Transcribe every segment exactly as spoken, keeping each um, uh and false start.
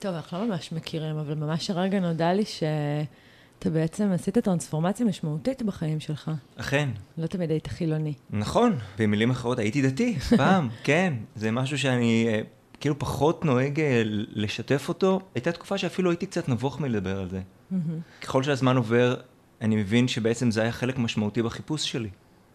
טוב, אנחנו לא ממש מכירים, אבל ממש הרגע נודע לי שאתה בעצם עשית טרנספורמציה משמעותית בחיים שלך. אכן. לא תמיד היית חילוני. נכון, במילים אחרות הייתי דתי, פעם, כן. זה משהו שאני כאילו פחות נוהג לשתף אותו. הייתה תקופה שאפילו הייתי קצת נבוך מלדבר על זה. ככל שהזמן עובר, אני מבין שבעצם זה היה חלק משמעותי בחיפוש שלי.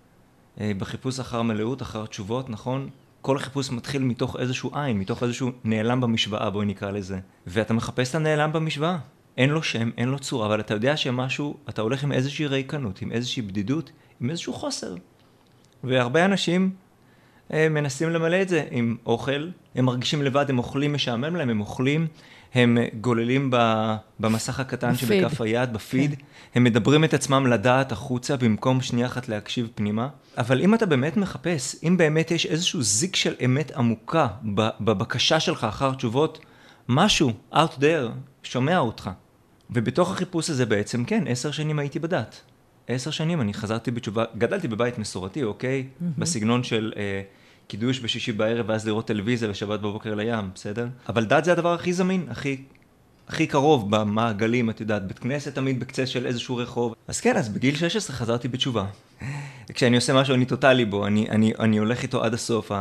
בחיפוש אחר מלאות, אחר תשובות, נכון? כל חיפוש מתחיל מתוך איזשהו עין, מתוך איזשהו נעלם במשוואה, בואי נקרא לזה. ואתה מחפש את הנעלם במשוואה. אין לו שם, אין לו צורה, אבל אתה יודע שמשהו, אתה הולך עם איזושהי ריקנות, עם איזושהי בדידות, עם איזשהו חוסר. והרבה אנשים אה, מנסים למלא את זה עם אוכל, הם מרגישים לבד, הם אוכלים משעמם להם, הם אוכלים, הם גוללים במסך הקטן שבכף היד, בפיד, כן. הם מדברים את עצמם לדעת החוצה, במקום שנייה אחת להקשיב פנימה. אבל אם אתה באמת מחפש, אם באמת יש איזשהו זיק של אמת עמוקה בבקשה שלך אחר תשובות, משהו out there שומע אותך. ובתוך החיפוש הזה בעצם, כן, עשר שנים הייתי בדת. עשר שנים אני חזרתי בתשובה, גדלתי בבית מסורתי, אוקיי? Mm-hmm. בסגנון של אה, קידוש בשישי בערב, ואז לראות טלוויזיה ושבת בבוקר לים, בסדר? אבל דת זה הדבר הכי זמין, הכי, הכי קרוב במעגלים, את יודעת, בית כנסת תמיד בקצה של איזשהו רחוב. אז כן, אז בגיל שש עשרה חזרתי בתשובה. כשאני עושה משהו, אני טוטלי בו, אני, אני, אני הולך איתו עד הסוף,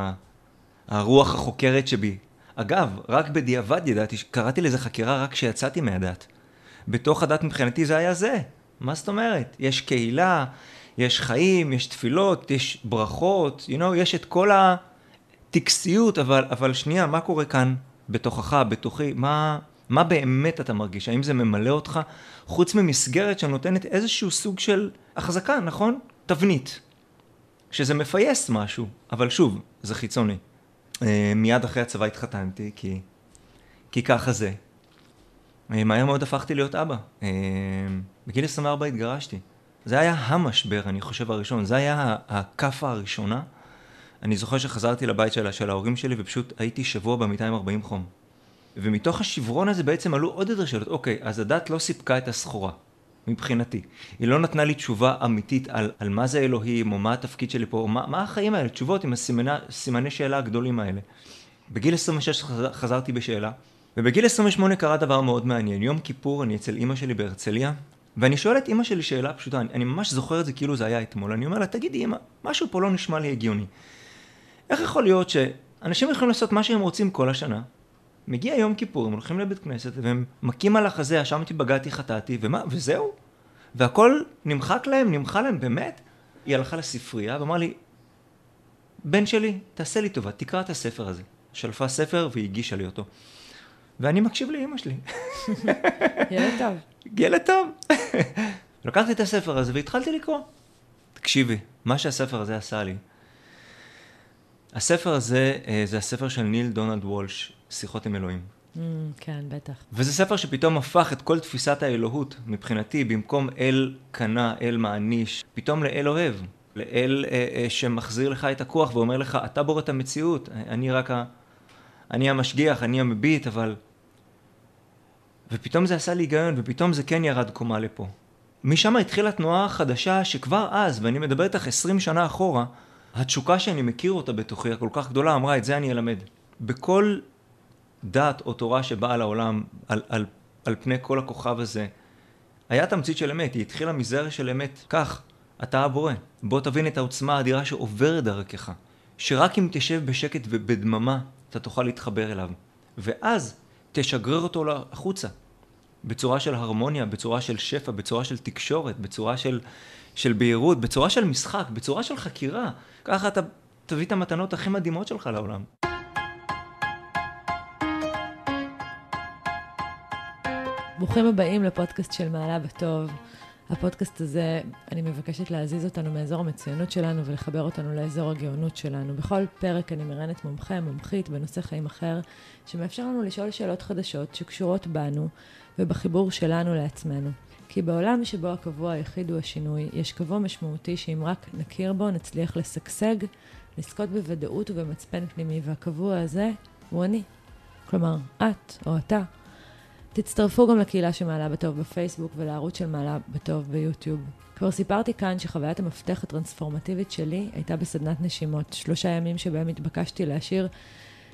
הרוח החוקרת שבי. אגב, רק בדיעבד ידעתי, קראתי לזה חקירה רק כשיצאתי מהדת. בתוך הדת מבחינתי זה היה זה. מה זאת אומרת? יש קהילה, יש חיים, יש תפילות, יש ברכות, you know, יש את כל הטקסיות, אבל, אבל שנייה, מה קורה כאן בתוכך, בתוכי? מה, מה באמת אתה מרגיש? האם זה ממלא אותך? חוץ ממסגרת שנותנת איזשהו סוג של החזקה, נכון? תבנית. שזה מפייס משהו, אבל שוב, זה חיצוני. מיד אחרי הצבא התחתנתי, כי, כי ככה זה. מהר מאוד הפכתי להיות אבא. בגיל עשרים וארבע התגרשתי. זה היה המשבר, אני חושב, הראשון. זה היה הכפה הראשונה. אני זוכר שחזרתי לבית שלה, של ההורים שלי, ופשוט הייתי שבוע במיטה עם ארבעים חום. ומתוך השברון הזה בעצם עלו עוד יותר שאלות. אוקיי, אז הדת לא סיפקה את הסחורה, מבחינתי. היא לא נתנה לי תשובה אמיתית על, על מה זה אלוהים, או מה התפקיד שלי פה, או מה, מה החיים האלה, תשובות עם הסימני, סימני שאלה הגדולים האלה. בגיל עשרים ושש חזרתי בשאלה, ובגיל עשרים ושמונה קרה דבר מאוד מעניין. יום כיפור אני אצל אמא שלי בהרצליה, ואני שואל את אמא שלי שאלה פשוטה, אני, אני ממש זוכר את זה כאילו זה היה אתמול. אני אומר לה, תגידי אמא, משהו פה לא נשמע לי הגיוני. איך יכול להיות שאנשים יכולים לעשות מה שהם רוצים כל השנה? מגיע יום כיפור, הם הולכים לבית כנסת, והם מכים על החזה, אשמתי, בגעתי, חטאתי, ומה, וזהו. והכל נמחק להם, נמחה להם, באמת. היא הלכה לספרייה ואמרה לי, בן שלי, תעשה לי טובה, תקרא את הספר הזה. שלפה ספר והגישה לי אותו. ואני מקשיב לאמא שלי. ילד טוב. ילד טוב. לקחתי את הספר הזה והתחלתי לקרוא. תקשיבי, מה שהספר הזה עשה לי. הספר הזה, זה הספר של ניל דונלד וולש, שיחות עם אלוהים. Mm, כן, בטח. וזה ספר שפתאום הפך את כל תפיסת האלוהות מבחינתי, במקום אל קנה, אל מעניש, פתאום לאל אוהב, לאל אה, אה, שמחזיר לך את הכוח ואומר לך, אתה בורא את המציאות, אני רק ה... אני המשגיח, אני המביט, אבל... ופתאום זה עשה לי היגיון, ופתאום זה כן ירד קומה לפה. משם התחילה תנועה חדשה שכבר אז, ואני מדבר איתך עשרים שנה אחורה, התשוקה שאני מכיר אותה בתוכי, הכל כך גדולה, אמרה, את זה אני אלמד. בכל דת או תורה שבאה לעולם, על, על, על פני כל הכוכב הזה, היה תמצית של אמת, היא התחילה מזרע של אמת. כך, אתה הבורא. בוא תבין את העוצמה האדירה שעוברת דרכך. שרק אם תשב בשקט ובדממה, אתה תוכל להתחבר אליו. ואז תשגרר אותו החוצה. בצורה של הרמוניה, בצורה של שפע, בצורה של תקשורת, בצורה של, של בהירות, בצורה של משחק, בצורה של חקירה. ככה אתה תביא את המתנות הכי מדהימות שלך לעולם. ברוכים הבאים לפודקאסט של מעלה בטוב. הפודקאסט הזה, אני מבקשת להזיז אותנו מאזור המצוינות שלנו ולחבר אותנו לאזור הגאונות שלנו. בכל פרק אני מראיינת מומחה, מומחית בנושא חיים אחר, שמאפשר לנו לשאול שאלות חדשות שקשורות בנו ובחיבור שלנו לעצמנו. כי בעולם שבו הקבוע היחיד הוא השינוי, יש קבוע משמעותי שאם רק נכיר בו, נצליח לשגשג, לזכות בוודאות ובמצפן פנימי, והקבוע הזה הוא אני. כלומר, את או אתה. תצטרפו גם לקהילה שמעלה בטוב בפייסבוק ולערוץ של מעלה בטוב ביוטיוב. כבר סיפרתי כאן שחוויית המפתח הטרנספורמטיבית שלי הייתה בסדנת נשימות, שלושה ימים שבהם התבקשתי להשאיר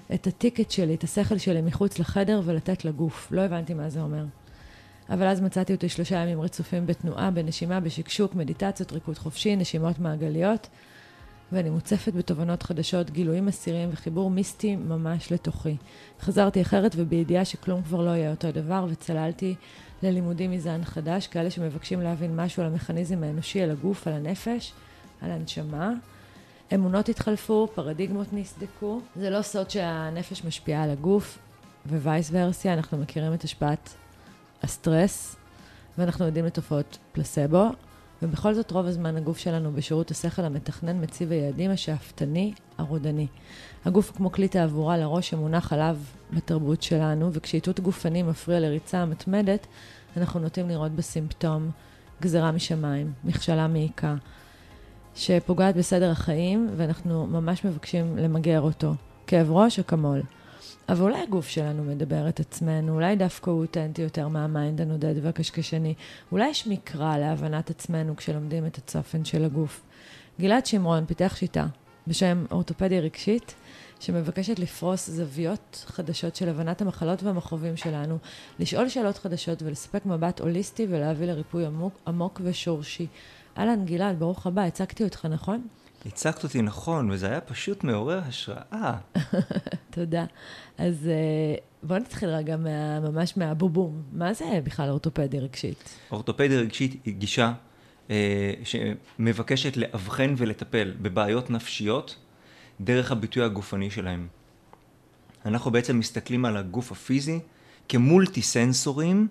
את הטיקט שלי, את השכל שלי מחוץ לחדר ולתת לגוף. לא הבנתי מה זה אומר. אבל אז מצאתי אותי שלושה ימים רצופים בתנועה, בנשימה, בשקשוק, מדיטציות, ריקוד חופשי, נשימות מעגליות, ואני מוצפת בתובנות חדשות, גילויים אסירים וחיבור מיסטי ממש לתוכי. חזרתי אחרת ובידיעה שכלום כבר לא יהיה אותו דבר, וצללתי ללימודים מזן חדש, כאלה שמבקשים להבין משהו על המכניזם האנושי, על הגוף, על הנפש, על הנשמה. אמונות התחלפו, פרדיגמות נסדקו. זה לא סוד שהנפש משפיעה על הגוף, ווייס ורסיה, אנחנו מכירים את השפעת הסטרס, ואנחנו יודעים לתופעות פלסבו, ובכל זאת רוב הזמן הגוף שלנו בשירות השכל המתכנן מציב היעדים השאפתני, הרודני. הגוף כמו כלי תעבורה לראש שמונח עליו בתרבות שלנו, וכשאיתות גופני מפריע לריצה המתמדת, אנחנו נוטים לראות בסימפטום גזרה משמיים, מכשלה מעיקה, שפוגעת בסדר החיים, ואנחנו ממש מבקשים למגר אותו, כאב ראש או כמול. אבל אולי הגוף שלנו מדבר את עצמנו, אולי דווקא הוא אותנטי יותר מהמיינד הנודד והקשקשני, אולי יש מקרא להבנת עצמנו כשלומדים את הצופן של הגוף. גלעד שמרון פיתח שיטה בשם אורתופדיה רגשית, שמבקשת לפרוס זוויות חדשות של הבנת המחלות והמכאובים שלנו, לשאול שאלות חדשות ולספק מבט הוליסטי ולהביא לריפוי עמוק, עמוק ושורשי. אהלן גלעד, ברוך הבא, הצגתי אותך, נכון? הצגת אותי נכון, וזה היה פשוט מעורר השראה. תודה. אז בוא נתחיל רגע מה, ממש מהבובום. מה זה בכלל אורתופדיה רגשית? אורתופדיה רגשית היא גישה אה, שמבקשת לאבחן ולטפל בבעיות נפשיות דרך הביטוי הגופני שלהם. אנחנו בעצם מסתכלים על הגוף הפיזי כמולטי סנסורים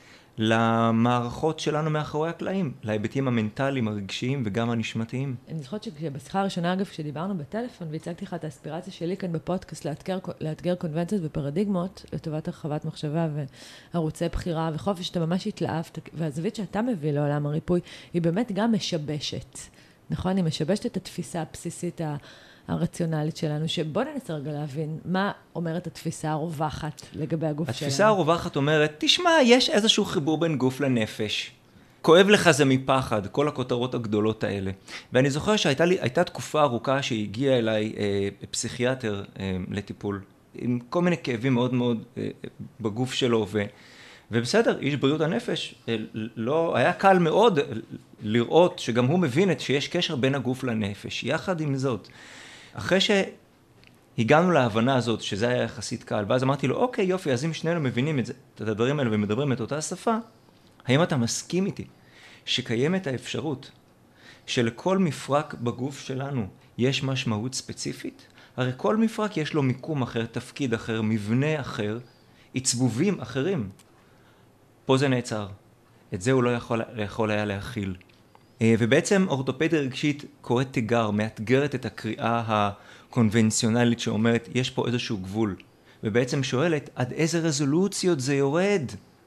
למערכות שלנו מאחורי הקלעים, להיבטים המנטליים, הרגשיים וגם הנשמתיים. אני זוכרת שבשיחה הראשונה, אגב, כשדיברנו בטלפון, והצגתי לך את האספירציה שלי כאן בפודקאסט, לאתגר, לאתגר קונבנציות ופרדיגמות, לטובת הרחבת מחשבה וערוצי בחירה וחופש, שאתה ממש התלהבת, והזווית שאתה מביא לעולם הריפוי, היא באמת גם משבשת. נכון? היא משבשת את התפיסה הבסיסית הרציונלית שלנו, שבוא ננסה רגע להבין מה אומרת התפיסה הרווחת לגבי הגוף שלנו. התפיסה הרווחת אומרת, תשמע, יש איזשהו חיבור בין גוף לנפש. כואב לך זה מפחד, כל הכותרות הגדולות האלה. ואני זוכר שהייתה לי, הייתה תקופה ארוכה שהגיעה אליי אה, פסיכיאטר אה, לטיפול, עם כל מיני כאבים מאוד מאוד אה, בגוף שלו, ו, ובסדר, איש בריאות הנפש, אה, לא, היה קל מאוד לראות שגם הוא מבין את שיש קשר בין הגוף לנפש. יחד עם זאת, אחרי שהגענו להבנה הזאת, שזה היה יחסית קל, ואז אמרתי לו, אוקיי, יופי, אז אם שנינו מבינים את, זה, את הדברים האלה ומדברים את אותה שפה, האם אתה מסכים איתי שקיימת האפשרות שלכל מפרק בגוף שלנו יש משמעות ספציפית? הרי כל מפרק יש לו מיקום אחר, תפקיד אחר, מבנה אחר, עצבובים אחרים. פה זה נעצר. את זה הוא לא יכול, יכול היה להכיל. ובעצם אורתופדיה רגשית קוראת תיגר, מאתגרת את הקריאה הקונבנציונלית שאומרת, יש פה איזשהו גבול. ובעצם שואלת, עד איזה רזולוציות זה יורד?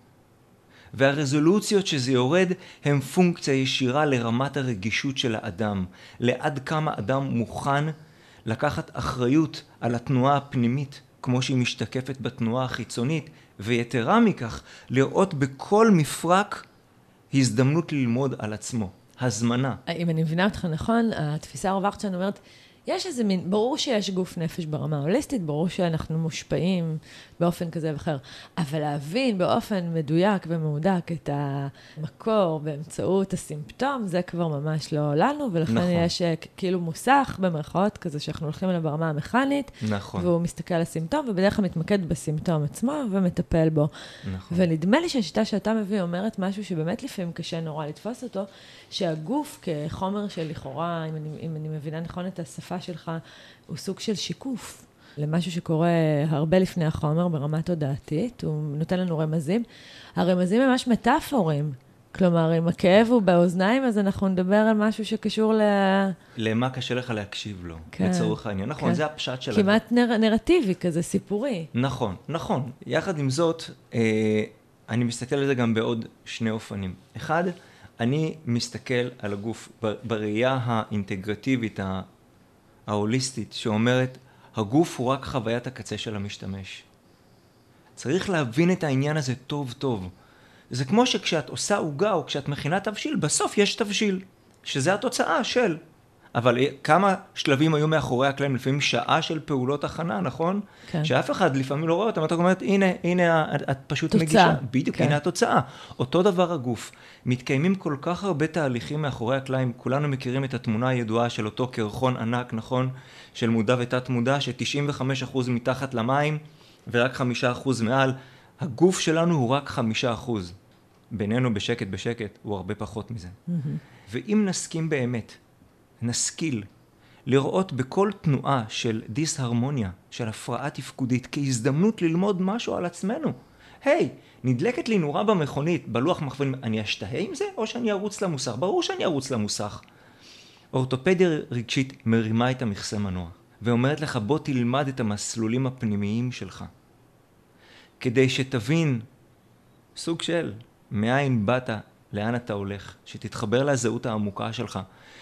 והרזולוציות שזה יורד הם פונקציה ישירה לרמת הרגישות של האדם. לעד כמה אדם מוכן לקחת אחריות על התנועה הפנימית, כמו שהיא משתקפת בתנועה החיצונית, ויתרה מכך, לראות בכל מפרק הזדמנות ללמוד על עצמו. הזמנה. אם אני מבינה אותך נכון, התפיסה הרווחת שאני אומרת, יש איזה מין, ברור שיש גוף נפש ברמה הוליסטית, ברור שאנחנו מושפעים באופן כזה ואחר, אבל להבין באופן מדויק ומהודק את המקור באמצעות הסימפטום, זה כבר ממש לא לנו, ולכן נכון. יש כאילו מוסך במרכאות כזה שאנחנו הולכים אליו ברמה המכנית, נכון. והוא מסתכל על הסימפטום, ובדרך כלל מתמקד בסימפטום עצמו ומטפל בו. נכון. ונדמה לי שהשיטה שאתה מביא אומרת משהו שבאמת לפעמים קשה נורא לתפוס אותו, שהגוף כחומר של לכאורה, אם אני, אם אני מבינה נכון את השפה שלך, הוא סוג של שיקוף למשהו שקורה הרבה לפני החומר ברמה תודעתית, הוא נותן לנו רמזים. הרמזים הם ממש מטאפורים, כלומר, אם הכאב הוא באוזניים, אז אנחנו נדבר על משהו שקשור ל... למה קשה לך להקשיב לו, כן, לצורך העניין. נכון, כן. זה הפשט של... כמעט נר... נרטיבי כזה, סיפורי. נכון, נכון. יחד עם זאת, אה, אני מסתכל על זה גם בעוד שני אופנים. אחד, אני מסתכל על הגוף בראייה האינטגרטיבית, ההוליסטית, שאומרת, הגוף הוא רק חוויית הקצה של המשתמש. צריך להבין את העניין הזה טוב טוב. זה כמו שכשאת עושה עוגה או כשאת מכינה תבשיל, בסוף יש תבשיל, שזה התוצאה של. אבל כמה שלבים היו מאחורי הקלעים, לפעמים שעה של פעולות הכנה, נכון? כן. שאף אחד לפעמים לא רואה אותם, אתה אומרת, הנה, הנה, את פשוט תוצאה. מגישה. בדיוק, כן. הנה התוצאה. אותו דבר הגוף. מתקיימים כל כך הרבה תהליכים מאחורי הקלעים, כולנו מכירים את התמונה הידועה של אותו קרחון ענק, נכון? של מודע ותת מודע, ש-תשעים וחמישה אחוז מתחת למים, ורק חמישה אחוז מעל. הגוף שלנו הוא רק חמישה אחוז. בינינו בשקט בשקט, הוא הרבה פחות מזה. Mm-hmm. ואם נסכים באמת, נשכיל לראות בכל תנועה של דיסהרמוניה, של הפרעה תפקודית, כהזדמנות ללמוד משהו על עצמנו. היי, נדלקת לי נורה במכונית, בלוח מכוון, אני אשתהה עם זה או שאני ארוץ למוסך? ברור שאני ארוץ למוסך. אורתופדיה רגשית מרימה את המכסה מנוע, ואומרת לך בוא תלמד את המסלולים הפנימיים שלך, כדי שתבין סוג של מאין באת, לאן אתה הולך, שתתחבר לזהות העמוקה שלך,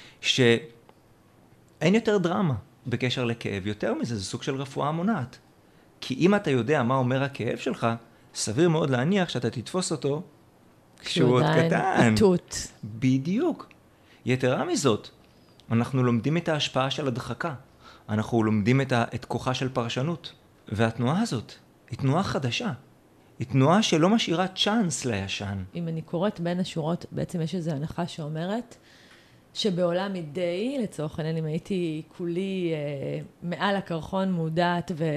שאין יותר דרמה בקשר לכאב. יותר מזה, זה סוג של רפואה מונעת. כי אם אתה יודע מה אומר הכאב שלך, סביר מאוד להניח שאתה תתפוס אותו כשהוא עוד קטן. איתות. בדיוק. יתרה מזאת, אנחנו לומדים את ההשפעה של הדחקה. אנחנו לומדים את, ה, את כוחה של פרשנות. והתנועה הזאת היא תנועה חדשה. היא תנועה שלא משאירה צ'אנס לישן. אם אני קוראת בין השורות, בעצם יש איזו הנחה שאומרת שבעולם אידאי, לצורך העניין, אם הייתי כולי אה, מעל הקרחון מודעת ו...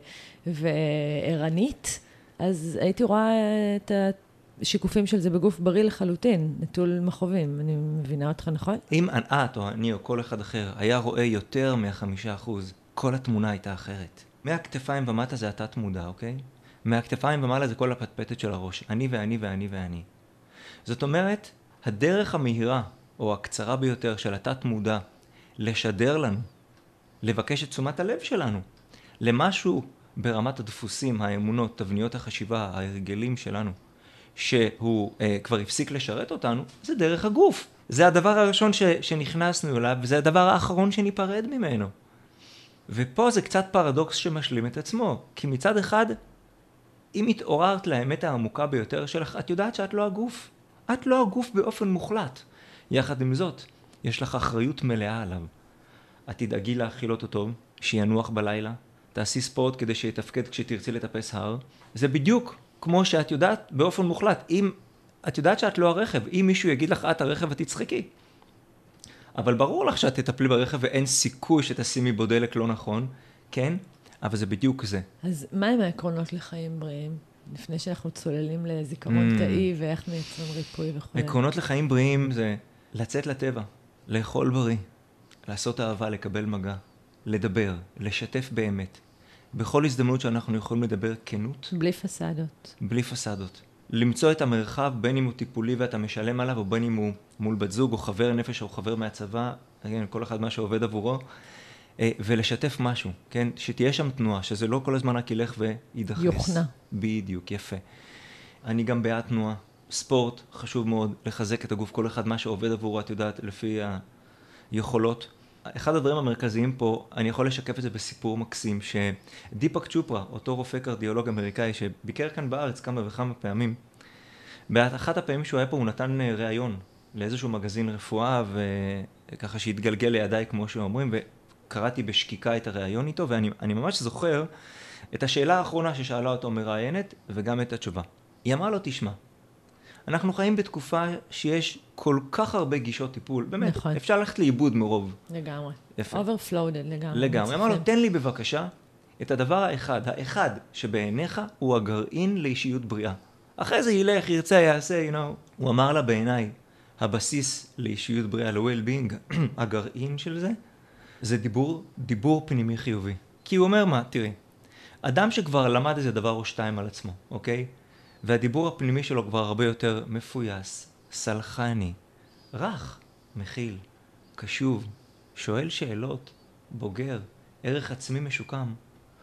וערנית, אז הייתי רואה את השיקופים של זה בגוף בריא לחלוטין, נטול מחובים. אני מבינה אותך, נכון? אם את או אני או כל אחד אחר היה רואה יותר מהחמישה אחוז, כל התמונה הייתה אחרת. מהכתפיים ומטה זה התת מודע, אוקיי? מהכתפיים ומעלה זה כל הפטפטת של הראש. אני ואני ואני ואני. זאת אומרת, הדרך המהירה או הקצרה ביותר של התת מודע לשדר לנו, לבקש את תשומת הלב שלנו, למשהו ברמת הדפוסים, האמונות, תבניות החשיבה, ההרגלים שלנו, שהוא אה, כבר הפסיק לשרת אותנו, זה דרך הגוף. זה הדבר הראשון ש, שנכנסנו אליו, וזה הדבר האחרון שניפרד ממנו. ופה זה קצת פרדוקס שמשלים את עצמו, כי מצד אחד, אם התעוררת לאמת העמוקה ביותר שלך, את יודעת שאת לא הגוף. את לא הגוף באופן מוחלט. יחד עם זאת, יש לך אחריות מלאה עליו. את תדאגי להאכיל אותו טוב, שינוח בלילה, תעשי ספורט כדי שיתפקד כשתרצי לטפס הר. זה בדיוק כמו שאת יודעת באופן מוחלט. אם את יודעת שאת לא הרכב, אם מישהו יגיד לך את הרכב את תצחקי. אבל ברור לך שאת תטפלי ברכב ואין סיכוי שתשימי בו דלק לא נכון, כן? אבל זה בדיוק זה. אז מה הם העקרונות לחיים בריאים? לפני שאנחנו צוללים לזיכרון תאי ואיך מייצרים ריפוי וכו'. עקרונות לחיים בריאים זה לצאת לטבע, לאכול בריא, לעשות אהבה, לקבל מגע, לדבר, לשתף באמת. בכל הזדמנות שאנחנו יכולים לדבר כנות. בלי פסדות. בלי פסדות. למצוא את המרחב בין אם הוא טיפולי ואתה משלם עליו, או בין אם הוא מול בת זוג או חבר נפש או חבר מהצבא, כל אחד מה שעובד עבורו. ולשתף משהו, כן? שתהיה שם תנועה, שזה לא כל הזמן רק ילך וידחס. יוכנה. בדיוק, יפה. אני גם בעד תנועה. ספורט, חשוב מאוד לחזק את הגוף, כל אחד מה שעובד עבורו, את יודעת, לפי היכולות. אחד הדברים המרכזיים פה, אני יכול לשקף את זה בסיפור מקסים, שדיפק צ'ופרה, אותו רופא קרדיולוג אמריקאי, שביקר כאן בארץ כמה וכמה פעמים, באחת הפעמים שהוא היה פה, הוא נתן ראיון לאיזשהו מגזין רפואה, וככה שהתגלגל לידיי, כמו שאומרים, ו... קראתי בשקיקה את הראיון איתו, ואני אני ממש זוכר את השאלה האחרונה ששאלה אותו מראיינת, וגם את התשובה. היא אמרה לו, תשמע, אנחנו חיים בתקופה שיש כל כך הרבה גישות טיפול, באמת, נכון. אפשר ללכת לאיבוד מרוב. לגמרי. יפה. Overfloaded, לגמרי. לגמרי. אמר לו, תן לי בבקשה את הדבר האחד, האחד שבעיניך הוא הגרעין לאישיות בריאה. אחרי זה ילך, ירצה, יעשה, you know. הוא אמר לה בעיניי, הבסיס לאישיות בריאה, ל-well-being, הגרעין של זה, זה דיבור, דיבור פנימי חיובי. כי הוא אומר מה, תראי, אדם שכבר למד איזה דבר או שתיים על עצמו, אוקיי? והדיבור הפנימי שלו כבר הרבה יותר מפויס, סלחני, רך, מכיל, קשוב, שואל שאלות, בוגר, ערך עצמי משוקם.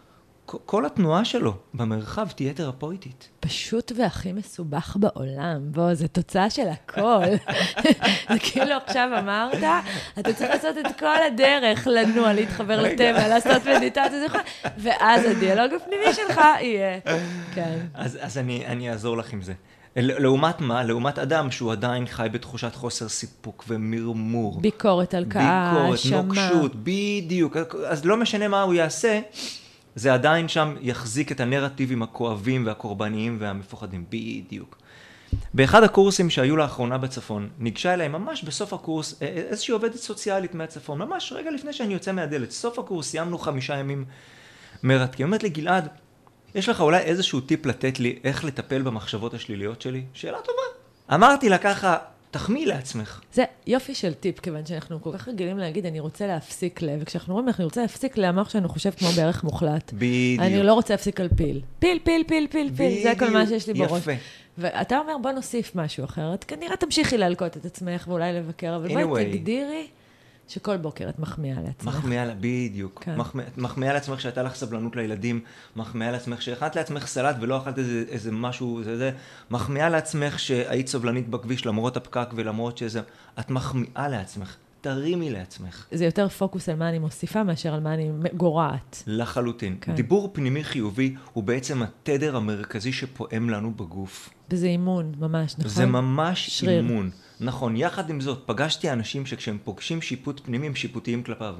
כל התנועה שלו במרחב תהיה תרפויטית. פשוט והכי מסובך בעולם. בוא, זה תוצאה של הכל. זה כאילו עכשיו אמרת, אתה צריך לעשות את כל הדרך לנוע, להתחבר לטבע, לעשות מדיטציה, ואז הדיאלוג הפנימי שלך יהיה. כן. אז, אז אני, אני אעזור לך עם זה. לעומת מה? לעומת אדם שהוא עדיין חי בתחושת חוסר סיפוק ומרמור. ביקורת על קהל, ביקורת, שמה. נוקשות, בדיוק. אז לא משנה מה הוא יעשה, זה עדיין שם יחזיק את הנרטיבים הכואבים והקורבניים והמפוחדים. בדיוק. באחד הקורסים שהיו לאחרונה בצפון, ניגשה אליי ממש בסוף הקורס איזושהי עובדת סוציאלית מהצפון, ממש רגע לפני שאני יוצא מהדלת. סוף הקורס, סיימנו חמישה ימים מרתקים. אומרת לי, גלעד, יש לך אולי איזשהו טיפ לתת לי איך לטפל במחשבות השליליות שלי? שאלה טובה. אמרתי לה ככה, תחמיא לעצמך. זה יופי של טיפ, כיוון שאנחנו כל כך רגילים להגיד, אני רוצה להפסיק לב, וכשאנחנו אומרים, אני רוצה להפסיק למוח שאני חושב כמו בערך מוחלט. בדיוק. אני לא רוצה להפסיק על פיל. פיל, פיל, פיל, פיל, פיל, זה כל מה שיש לי בראש. יפה. ואתה אומר, בוא נוסיף משהו אחר. את כנראה תמשיכי להלקות את עצמך ואולי לבקר, אבל בואי תגדירי שכל בוקר את מחמיאה לעצמך. מחמיאה לה, בדיוק. כן. מחמיאה, מחמיאה לעצמך שהייתה לך סבלנות לילדים, מחמיאה לעצמך שאכלת לעצמך סלט ולא אכלת איזה, איזה משהו, זה זה. מחמיאה לעצמך שהיית סובלנית בכביש למרות הפקק ולמרות שזה, את מחמיאה לעצמך. תרימי לעצמך. זה יותר פוקוס על מה אני מוסיפה מאשר על מה אני גורעת. לחלוטין. כן. דיבור פנימי חיובי הוא בעצם התדר המרכזי שפועם לנו בגוף. וזה אימון, ממש, נכון? זה ממש שריר. אימון. נכון, יחד עם זאת, פגשתי אנשים שכשהם פוגשים שיפוט פנימי, הם שיפוטיים כלפיו.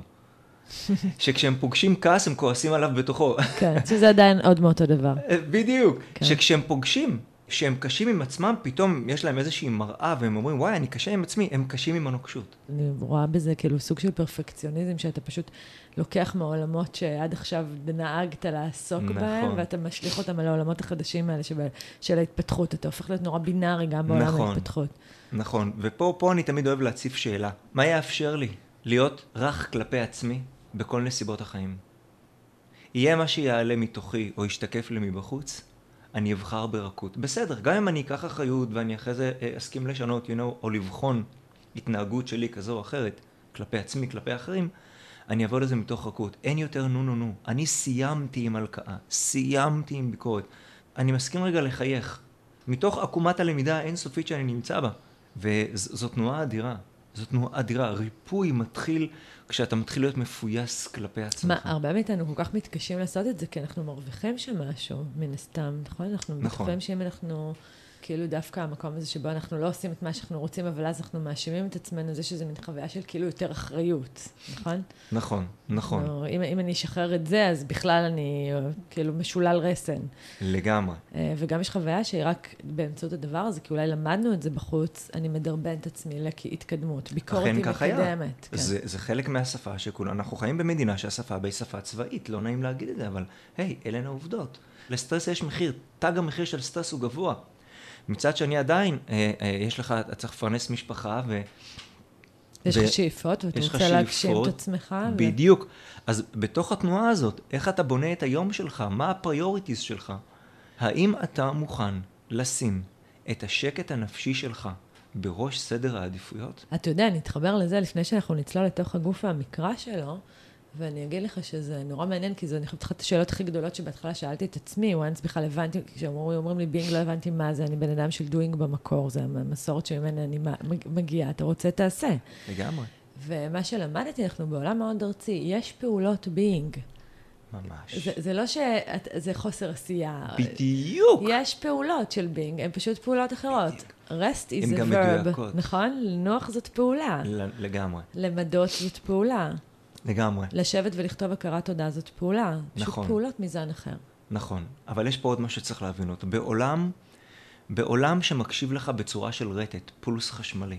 שכשהם פוגשים כעס, הם כועסים עליו בתוכו. כן, שזה עדיין עוד מאותו דבר. בדיוק. כן. שכשהם פוגשים, שהם קשים עם עצמם, פתאום יש להם איזושהי מראה, והם אומרים, וואי, אני קשה עם עצמי, הם קשים עם הנוקשות. אני רואה בזה כאילו סוג של פרפקציוניזם, שאתה פשוט לוקח מעולמות שעד עכשיו נהגת לעסוק נכון. בהם, ואתה משליך אותם על העולמות החדשים האלה של, של ההתפתחות. אתה הופך להיות נורא בינארי גם בעולם נכון. ההתפתחות. נכון, ופה פה אני תמיד אוהב להציף שאלה. מה יאפשר לי להיות רך כלפי עצמי בכל נסיבות החיים? יהיה מה שיעלה מתוכי או ישתקף לי מבחוץ? אני אבחר ברכות. בסדר, גם אם אני אקח אחריות ואני אחרי זה אסכים לשנות, you know, או לבחון התנהגות שלי כזו או אחרת, כלפי עצמי, כלפי אחרים, אני אעבוד לזה מתוך רכות. אין יותר נו נו נו. אני סיימתי עם הלקאה, סיימתי עם ביקורת. אני מסכים רגע לחייך. מתוך עקומת הלמידה האינסופית שאני נמצא בה. וזו תנועה אדירה. זו תנועה אדירה. ריפוי מתחיל כשאתה מתחיל להיות מפויס כלפי עצמך. מה, הרבה מאיתנו כל כך מתקשים לעשות את זה, כי אנחנו מרוויחים שמשהו, מן הסתם, נכון? אנחנו נכון. בטוחים שאם אנחנו, כאילו דווקא המקום הזה שבו אנחנו לא עושים את מה שאנחנו רוצים, אבל אז אנחנו מאשימים את עצמנו, זה שזה מין חוויה של כאילו יותר אחריות, נכון? נכון, נכון. או, אם, אם אני אשחרר את זה, אז בכלל אני כאילו משולל רסן. לגמרי. וגם יש חוויה שהיא רק באמצעות הדבר הזה, כי אולי למדנו את זה בחוץ, אני מדרבן את עצמי להתקדמות. ביקורת היא מקדמת. כן. זה, זה חלק מהשפה שכולנו, אנחנו חיים במדינה שהשפה בה היא שפה צבאית, לא נעים להגיד את זה, אבל היי, אלה העובדות. לסטרס יש מחיר, תג המחיר של סטרס הוא גבוה. מצד שני עדיין, אה, אה, יש לך, אתה צריך לפרנס משפחה ו... יש לך שאיפות, ואתה רוצה להגשים את עצמך. בדיוק. אז בתוך התנועה הזאת, איך אתה בונה את היום שלך? מה הפריוריטיז שלך? האם אתה מוכן לשים את השקט הנפשי שלך בראש סדר העדיפויות? אתה יודע, נתחבר לזה לפני שאנחנו נצלול לתוך הגוף והמקרא שלו, ואני אגיד לך שזה נורא מעניין, כי זו אני חושבת אחת השאלות הכי גדולות שבהתחלה שאלתי את עצמי, וואנס בכלל הבנתי, כשאומרים לי בינג, לא הבנתי מה זה, אני בן אדם של doing במקור, זה המסורת שממנה אני מגיעה, אתה רוצה, תעשה. לגמרי. ומה שלמדתי, אנחנו בעולם מאוד ארצי, יש פעולות בינג. ממש. זה, זה לא שזה חוסר עשייה. בדיוק. יש פעולות של בינג, הן פשוט פעולות אחרות. בדיוק. rest is הן a גם verb, מדויקות. נכון? לנוח זאת פעולה. לגמרי. למדות זאת פעולה. לגמרי. לשבת ולכתוב הכרת תודה זאת פעולה. נכון. פשוט פעולות מזן אחר. נכון. אבל יש פה עוד משהו שצריך להבין אותו. בעולם, בעולם שמקשיב לך בצורה של רטט, פולס חשמלי.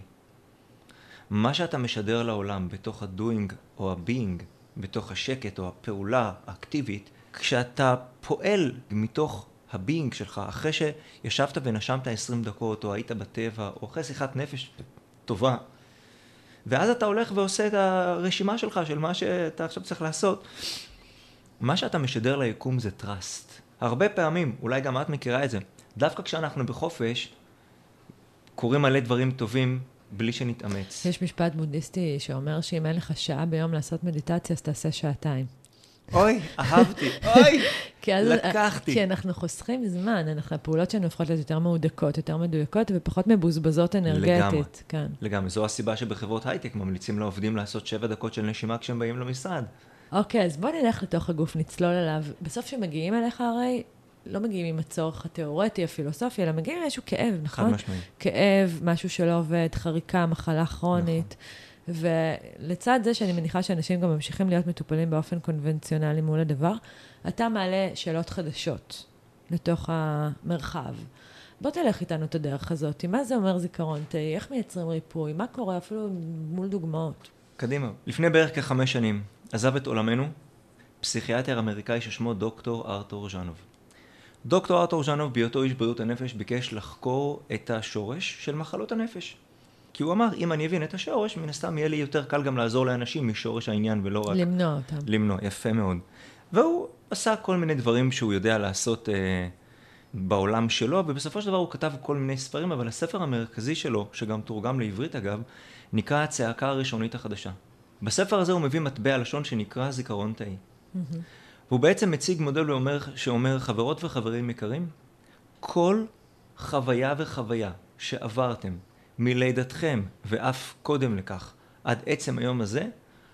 מה שאתה משדר לעולם בתוך הדוינג או הביינג, בתוך השקט או הפעולה האקטיבית, כשאתה פועל מתוך הביינג שלך, אחרי שישבת ונשמת עשרים דקות, או היית בטבע, או אחרי שיחת נפש טובה, ואז אתה הולך ועושה את הרשימה שלך של מה שאתה עכשיו צריך לעשות. מה שאתה משדר ליקום זה טראסט. הרבה פעמים, אולי גם את מכירה את זה, דווקא כשאנחנו בחופש, קוראים מלא דברים טובים בלי שנתאמץ. יש משפט בודהיסטי שאומר שאם אין לך שעה ביום לעשות מדיטציה, אז תעשה שעתיים. אוי, אהבתי, אוי, כי אז, לקחתי. כי אנחנו חוסכים זמן, אנחנו, הפעולות שלנו הופכות להיות יותר מהודקות, יותר מדויקות, ופחות מבוזבזות אנרגטית. לגמרי, כן. לגמרי. זו הסיבה שבחברות הייטק ממליצים לעובדים לעשות שבע דקות של נשימה כשהם באים למשרד. אוקיי, אז בוא נלך לתוך הגוף, נצלול עליו. בסוף שמגיעים אליך הרי, לא מגיעים עם הצורך התיאורטי, הפילוסופי, אלא מגיעים עם איזשהו כאב, נכון? חד משמעי. כאב, משהו שלא עובד, חריקה, מחלה כרונית. נכון. ולצד זה שאני מניחה שאנשים גם ממשיכים להיות מטופלים באופן קונבנציונלי מול הדבר, אתה מעלה שאלות חדשות לתוך המרחב. בוא תלך איתנו את הדרך הזאת. מה זה אומר זיכרון תאי? איך מייצרים ריפוי? מה קורה אפילו מול דוגמאות? קדימה. לפני בערך כחמש שנים עזב את עולמנו פסיכיאטר אמריקאי ששמו דוקטור ארתור ז'אנוב. דוקטור ארתור ז'אנוב, בהיותו איש בריאות הנפש, ביקש לחקור את השורש של מחלות הנפש. כי הוא אמר, אם אני אבין את השורש, מן הסתם יהיה לי יותר קל גם לעזור לאנשים משורש העניין ולא רק... למנוע אותם. למנוע, יפה מאוד. והוא עשה כל מיני דברים שהוא יודע לעשות אה, בעולם שלו, ובסופו של דבר הוא כתב כל מיני ספרים, אבל הספר המרכזי שלו, שגם תורגם לעברית אגב, נקרא הצעקה הראשונית החדשה. בספר הזה הוא מביא מטבע לשון שנקרא זיכרון תאי. Mm-hmm. והוא בעצם מציג מודל ואומר, שאומר, חברות וחברים יקרים, כל חוויה וחוויה שעברתם מלידתכם ואף קודם לכך, עד עצם היום הזה,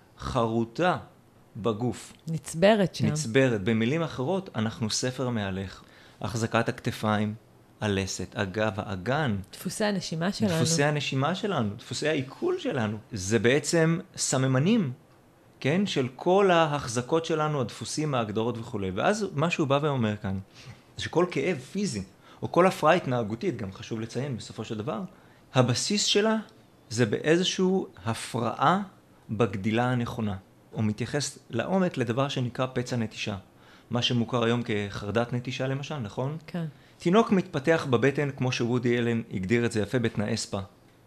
חרוטה בגוף. נצברת שם. נצברת. במילים אחרות, אנחנו ספר מהלך. החזקת הכתפיים, הלסת, הגב, האגן. דפוסי הנשימה שלנו. דפוסי הנשימה שלנו, דפוסי העיכול שלנו. זה בעצם סממנים, כן? של כל ההחזקות שלנו, הדפוסים, ההגדרות וכו'. ואז מה שהוא בא ואומר כאן, זה שכל כאב פיזי, או כל הפרעה התנהגותית, גם חשוב לציין בסופו של דבר, הבסיס שלה זה באיזשהו הפרעה בגדילה הנכונה. הוא מתייחס לעומק לדבר שנקרא פצע נטישה. מה שמוכר היום כחרדת נטישה למשל, נכון? כן. תינוק מתפתח בבטן, כמו שוודי אלן הגדיר את זה יפה, בתנאי ספא.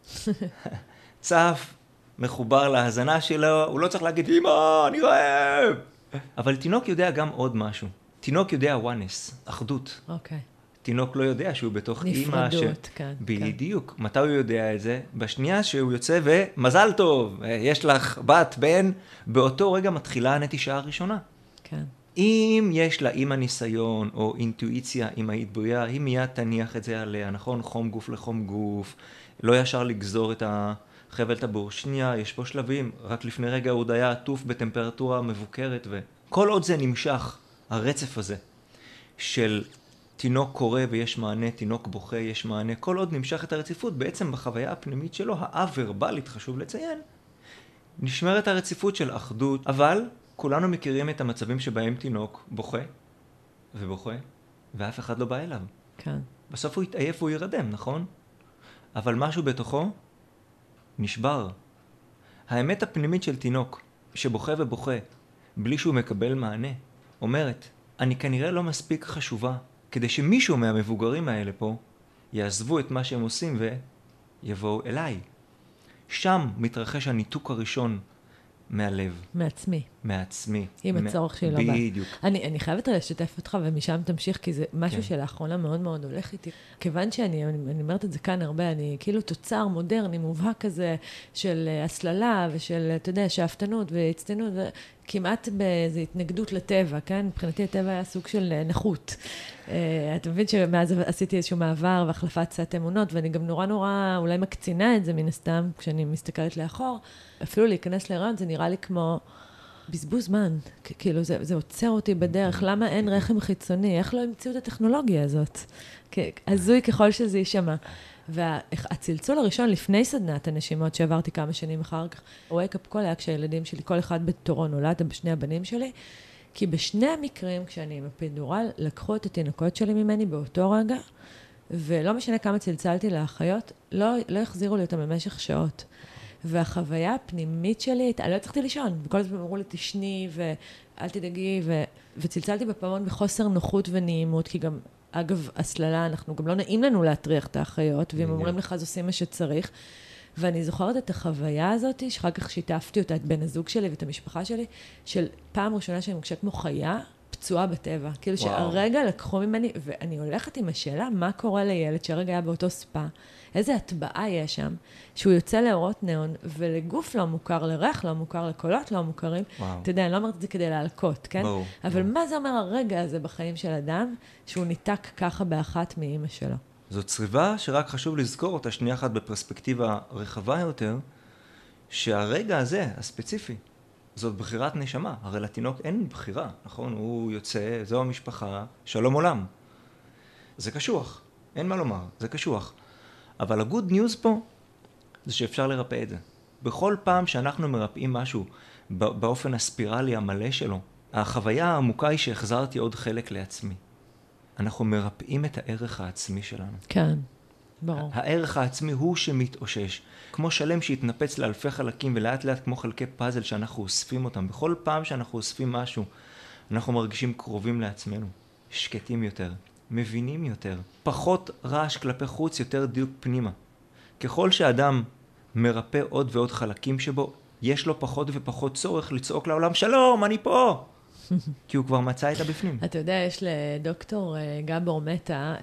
צף, מחובר להזנה שלו, הוא לא צריך להגיד, אמא, אני רעב. אבל תינוק יודע גם עוד משהו. תינוק יודע oneness, אחדות. אוקיי. תינוק לא יודע שהוא בתוך אימא ש... נפרדות, כן. בדיוק. מתי הוא יודע את זה? בשנייה שהוא יוצא ומזל טוב, יש לך בת, בן, באותו רגע מתחילה הנטישה הראשונה. כן. אם יש לה אימא ניסיון או אינטואיציה אימהית בריאה, היא מיד תניח את זה עליה, נכון? חום גוף לחום גוף, לא ישר לגזור את החבל טבור. שנייה, יש פה שלבים, רק לפני רגע הוא היה עטוף בטמפרטורה מבוקרת, וכל עוד זה נמשך, הרצף הזה של תינוק קורא ויש מענה, תינוק בוכה, יש מענה, כל עוד נמשך את הרציפות, בעצם בחוויה הפנימית שלו, האוורבלית, חשוב לציין, נשמרת הרציפות של אחדות, אבל כולנו מכירים את המצבים שבהם תינוק בוכה ובוכה, ואף אחד לא בא אליו. כן. בסוף הוא יתעייף והוא ירדם, נכון? אבל משהו בתוכו נשבר. האמת הפנימית של תינוק שבוכה ובוכה, בלי שהוא מקבל מענה, אומרת, אני כנראה לא מספיק חשובה, כדי שמישהו מהמבוגרים האלה פה יעזבו את מה שהם עושים ויבואו אליי. שם מתרחש הניתוק הראשון מהלב. מעצמי. מעצמי. עם הצורך שלי לא בא. בדיוק. אני, אני חייבת לשתף אותך ומשם תמשיך, כי זה משהו כן. שלאחרונה מאוד מאוד הולך איתי. כיוון שאני, אני, אני אומרת את זה כאן הרבה, אני כאילו תוצר מודרני, מובהק כזה, של הסללה ושל, אתה יודע, שאפתנות והצטנות, וכמעט באיזו התנגדות לטבע, כן? מבחינתי הטבע היה סוג של נכות. אתה מבין שמאז עשיתי איזשהו מעבר והחלפת סט אמונות, ואני גם נורא נורא אולי מקצינה את זה מן הסתם, כשאני מסתכלת לאחור. אפילו להיכנס להיריון, זה נראה לי כמו בזבוז זמן. כאילו, זה, זה עוצר אותי בדרך. למה אין רחם חיצוני? איך לא המציאו את הטכנולוגיה הזאת? הזוי ככל שזה יישמע. והצלצול הראשון לפני סדנת הנשימות שעברתי כמה שנים אחר כך, wake up call היה כשהילדים שלי, כל אחד בתורו נולד, בשני הבנים שלי, כי בשני המקרים, כשאני עם הפידורל, לקחו את התינוקות שלי ממני באותו רגע, ולא משנה כמה צלצלתי לאחיות, לא, לא החזירו לי אותם במשך שעות. והחוויה הפנימית שלי הייתה, אני לא צריכתי לישון, וכל הזמן אמרו לי, תשני ואל תדאגי, ו... וצלצלתי בפעמון בחוסר נוחות ונעימות, כי גם, אגב, הסללה, אנחנו גם לא נעים לנו להטריח את האחיות, והם אומרים לך, אז עושים מה שצריך. ואני זוכרת את החוויה הזאת, שאחר כך שיתפתי אותה, את בן הזוג שלי ואת המשפחה שלי, של פעם ראשונה שאני מרגישה כמו חיה, פצועה בטבע. כאילו וואו. שהרגע לקחו ממני, ואני הולכת עם השאלה, מה קורה לילד שהרגע היה באותו ספה, איזה הטבעה יש שם, שהוא יוצא לאורות ניאון, ולגוף לא מוכר, לריח לא מוכר, לקולות לא מוכרים. וואו. אתה יודע, אני לא אומרת את זה כדי להלקות, כן? ברור. אבל ברור. מה זה אומר הרגע הזה בחיים של אדם, שהוא ניתק ככה באחת מאמא שלו? זאת צריבה שרק חשוב לזכור אותה שנייה אחת בפרספקטיבה רחבה יותר, שהרגע הזה, הספציפי, זאת בחירת נשמה. הרי לתינוק אין בחירה, נכון? הוא יוצא, זו המשפחה, שלום עולם. זה קשוח, אין מה לומר, זה קשוח. אבל הגוד ניוז פה, זה שאפשר לרפא את זה. בכל פעם שאנחנו מרפאים משהו באופן הספירלי המלא שלו, החוויה העמוקה היא שהחזרתי עוד חלק לעצמי. אנחנו מרפאים את הערך העצמי שלנו. כן, ברור. הערך העצמי הוא שמתאושש. כמו שלם שהתנפץ לאלפי חלקים, ולאט לאט כמו חלקי פאזל שאנחנו אוספים אותם. בכל פעם שאנחנו אוספים משהו, אנחנו מרגישים קרובים לעצמנו. שקטים יותר, מבינים יותר. פחות רעש כלפי חוץ, יותר דיוק פנימה. ככל שאדם מרפא עוד ועוד חלקים שבו, יש לו פחות ופחות צורך לצעוק לעולם, שלום, אני פה! כי הוא כבר מצא את הבפנים. אתה יודע, יש לדוקטור גבור מטה,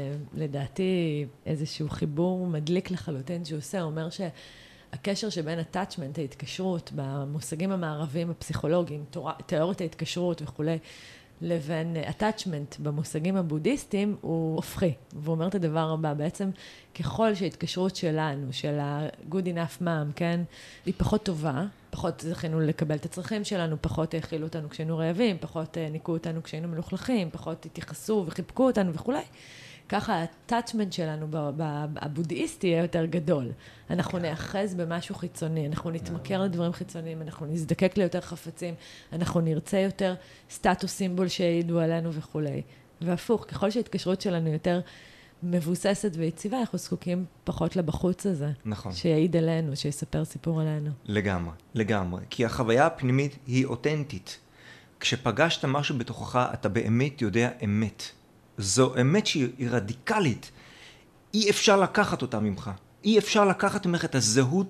לדעתי איזשהו חיבור מדליק לחלוטין שהוא עושה, הוא אומר שהקשר שבין attachment, ההתקשרות, במושגים המערביים הפסיכולוגיים, תיאוריות ההתקשרות וכו', לבין attachment במושגים הבודהיסטיים, הוא הופכי. והוא אומר את הדבר הבא, בעצם ככל שההתקשרות שלנו, של ה-good enough mom, כן, היא פחות טובה, פחות זכינו לקבל את הצרכים שלנו, פחות האכילו אותנו כשהיינו רעבים, פחות ניקו אותנו כשהיינו מלוכלכים, פחות התייחסו וחיבקו אותנו וכו'. ככה ה-attachment שלנו הבודהיסטי יהיה יותר גדול. אנחנו נאחז במשהו חיצוני, אנחנו נתמכר לדברים חיצוניים, אנחנו נזדקק ליותר חפצים, אנחנו נרצה יותר סטטוס סימבול שיעידו עלינו וכו'. והפוך, ככל שההתקשרות שלנו יותר מבוססת ויציבה, אנחנו זקוקים פחות לבחוץ הזה. נכון. שיעיד עלינו, שיספר סיפור עלינו. לגמרי, לגמרי. כי החוויה הפנימית היא אותנטית. כשפגשת משהו בתוכך, אתה באמת יודע אמת. זו אמת שהיא רדיקלית. אי אפשר לקחת אותה ממך. אי אפשר לקחת ממך את הזהות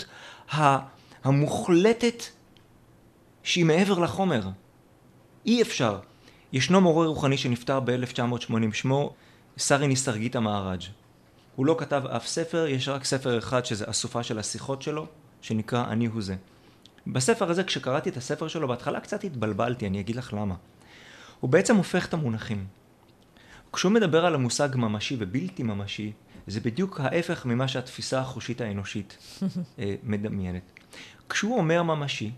המוחלטת שהיא מעבר לחומר. אי אפשר. ישנו מורה רוחני שנפטר ב-אלף תשע מאות שמונים, שמו סרי ניסרגיטה מהראג'. הוא לא כתב אף ספר, יש רק ספר אחד שזה אסופה של השיחות שלו, שנקרא אני הוא זה. בספר הזה, כשקראתי את הספר שלו, בהתחלה קצת התבלבלתי, אני אגיד לך למה. הוא בעצם הופך את המונחים. כשהוא מדבר על המושג ממשי ובלתי ממשי, זה בדיוק ההפך ממה שהתפיסה החושית האנושית מדמיינת. כשהוא אומר ממשי,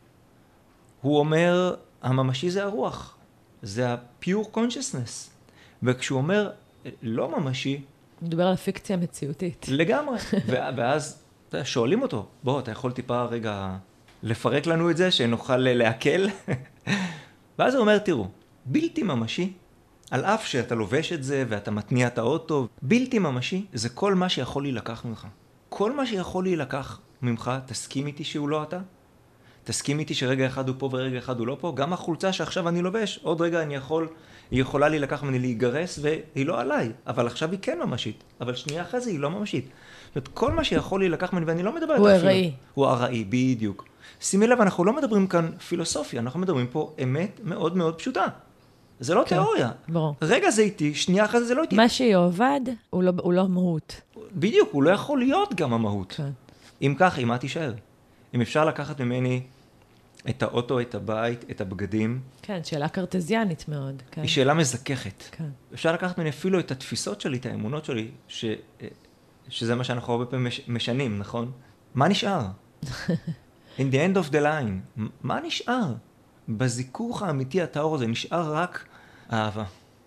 הוא אומר, הממשי זה הרוח, זה ה-pure consciousness. וכשהוא אומר לא ממשי, הוא מדבר על הפיקציה המציאותית. לגמרי. ואז שואלים אותו, בוא, אתה יכול טיפה רגע לפרק לנו את זה, שנוכל להקל? ואז הוא אומר, תראו, בלתי ממשי, על אף שאתה לובש את זה ואתה מתניע את האוטו, בלתי ממשי זה כל מה שיכול להילקח ממך. כל מה שיכול להילקח ממך, תסכים איתי שהוא לא אתה? תסכים איתי שרגע אחד הוא פה ורגע אחד הוא לא פה? גם החולצה שעכשיו אני לובש, עוד רגע אני יכול, היא יכולה להילקח ממני להיגרס והיא לא עליי, אבל עכשיו היא כן ממשית, אבל שנייה אחרי זה היא לא ממשית. זאת אומרת, כל מה שיכול להילקח ממני, ואני לא מדבר הוא הראי. הוא הראי, בדיוק. שימי לב, אנחנו לא מדברים כאן פילוסופיה, אנחנו מדברים פה אמת מאוד מאוד פשוטה. זה לא תיאוריה. ברור. רגע זה איתי, שנייה אחרי זה זה לא איתי. מה שיעובד הוא לא, הוא לא מהות. בדיוק, הוא לא יכול להיות גם המהות. כן. אם כך, אם מה תישאר? אם אפשר לקחת ממני את האוטו, את הבית, את הבגדים. כן, שאלה קרטזיאנית מאוד. כן. היא שאלה מזככת. כן. אפשר לקחת ממני אפילו את התפיסות שלי, את האמונות שלי, ש... שזה מה שאנחנו הרבה פעמים מש... משנים, נכון? מה נשאר? In the end of the line. מה נשאר? בזיכוך האמיתי הטהור הזה נשאר רק אהבה.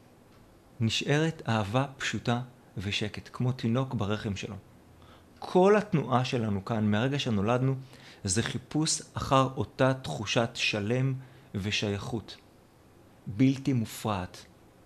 נשארת אהבה פשוטה ושקט, כמו תינוק ברחם שלו. כל התנועה שלנו כאן, מהרגע שנולדנו, זה חיפוש אחר אותה תחושת שלם ושייכות. בלתי מופרעת.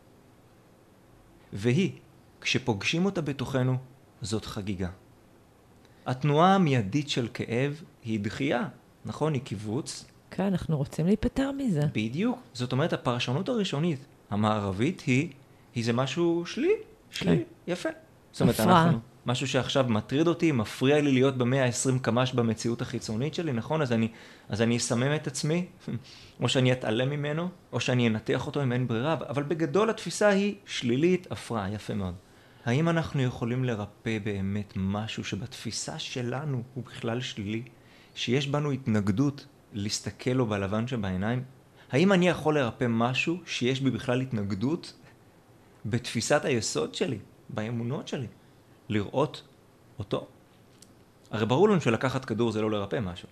והיא, כשפוגשים אותה בתוכנו, זאת חגיגה. התנועה המיידית של כאב היא דחייה, נכון? היא קיבוץ. כן, אנחנו רוצים להיפטר מזה. בדיוק. זאת אומרת, הפרשנות הראשונית, המערבית, היא, היא זה משהו שלי, שלי, כן. יפה. זאת אומרת, הפרעה. אנחנו... משהו שעכשיו מטריד אותי, מפריע לי להיות ב-מאה ועשרים קמ"ש במציאות החיצונית שלי, נכון? אז אני, אז אני אסמם את עצמי, או שאני אתעלם ממנו, או שאני אנתח אותו אם אין ברירה, אבל בגדול התפיסה היא שלילית, הפרעה, יפה מאוד. האם אנחנו יכולים לרפא באמת משהו שבתפיסה שלנו הוא בכלל שלילי, שיש בנו התנגדות להסתכל לו בלבן שבעיניים? האם אני יכול לרפא משהו שיש בי בכלל התנגדות בתפיסת היסוד שלי, באמונות שלי, לראות אותו? הרי ברור לנו שלקחת כדור זה לא לרפא משהו.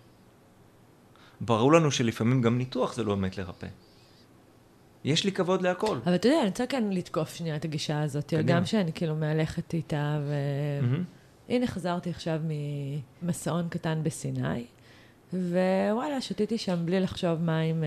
ברור לנו שלפעמים גם ניתוח זה לא באמת לרפא. יש לי כבוד להכל. אבל אתה יודע, אני רוצה כאן לתקוף שנייה את הגישה הזאת, קדימה. גם שאני כאילו מהלכת איתה, והנה mm-hmm. חזרתי עכשיו ממסעון קטן בסיני, ווואלה, שתיתי שם בלי לחשוב מים,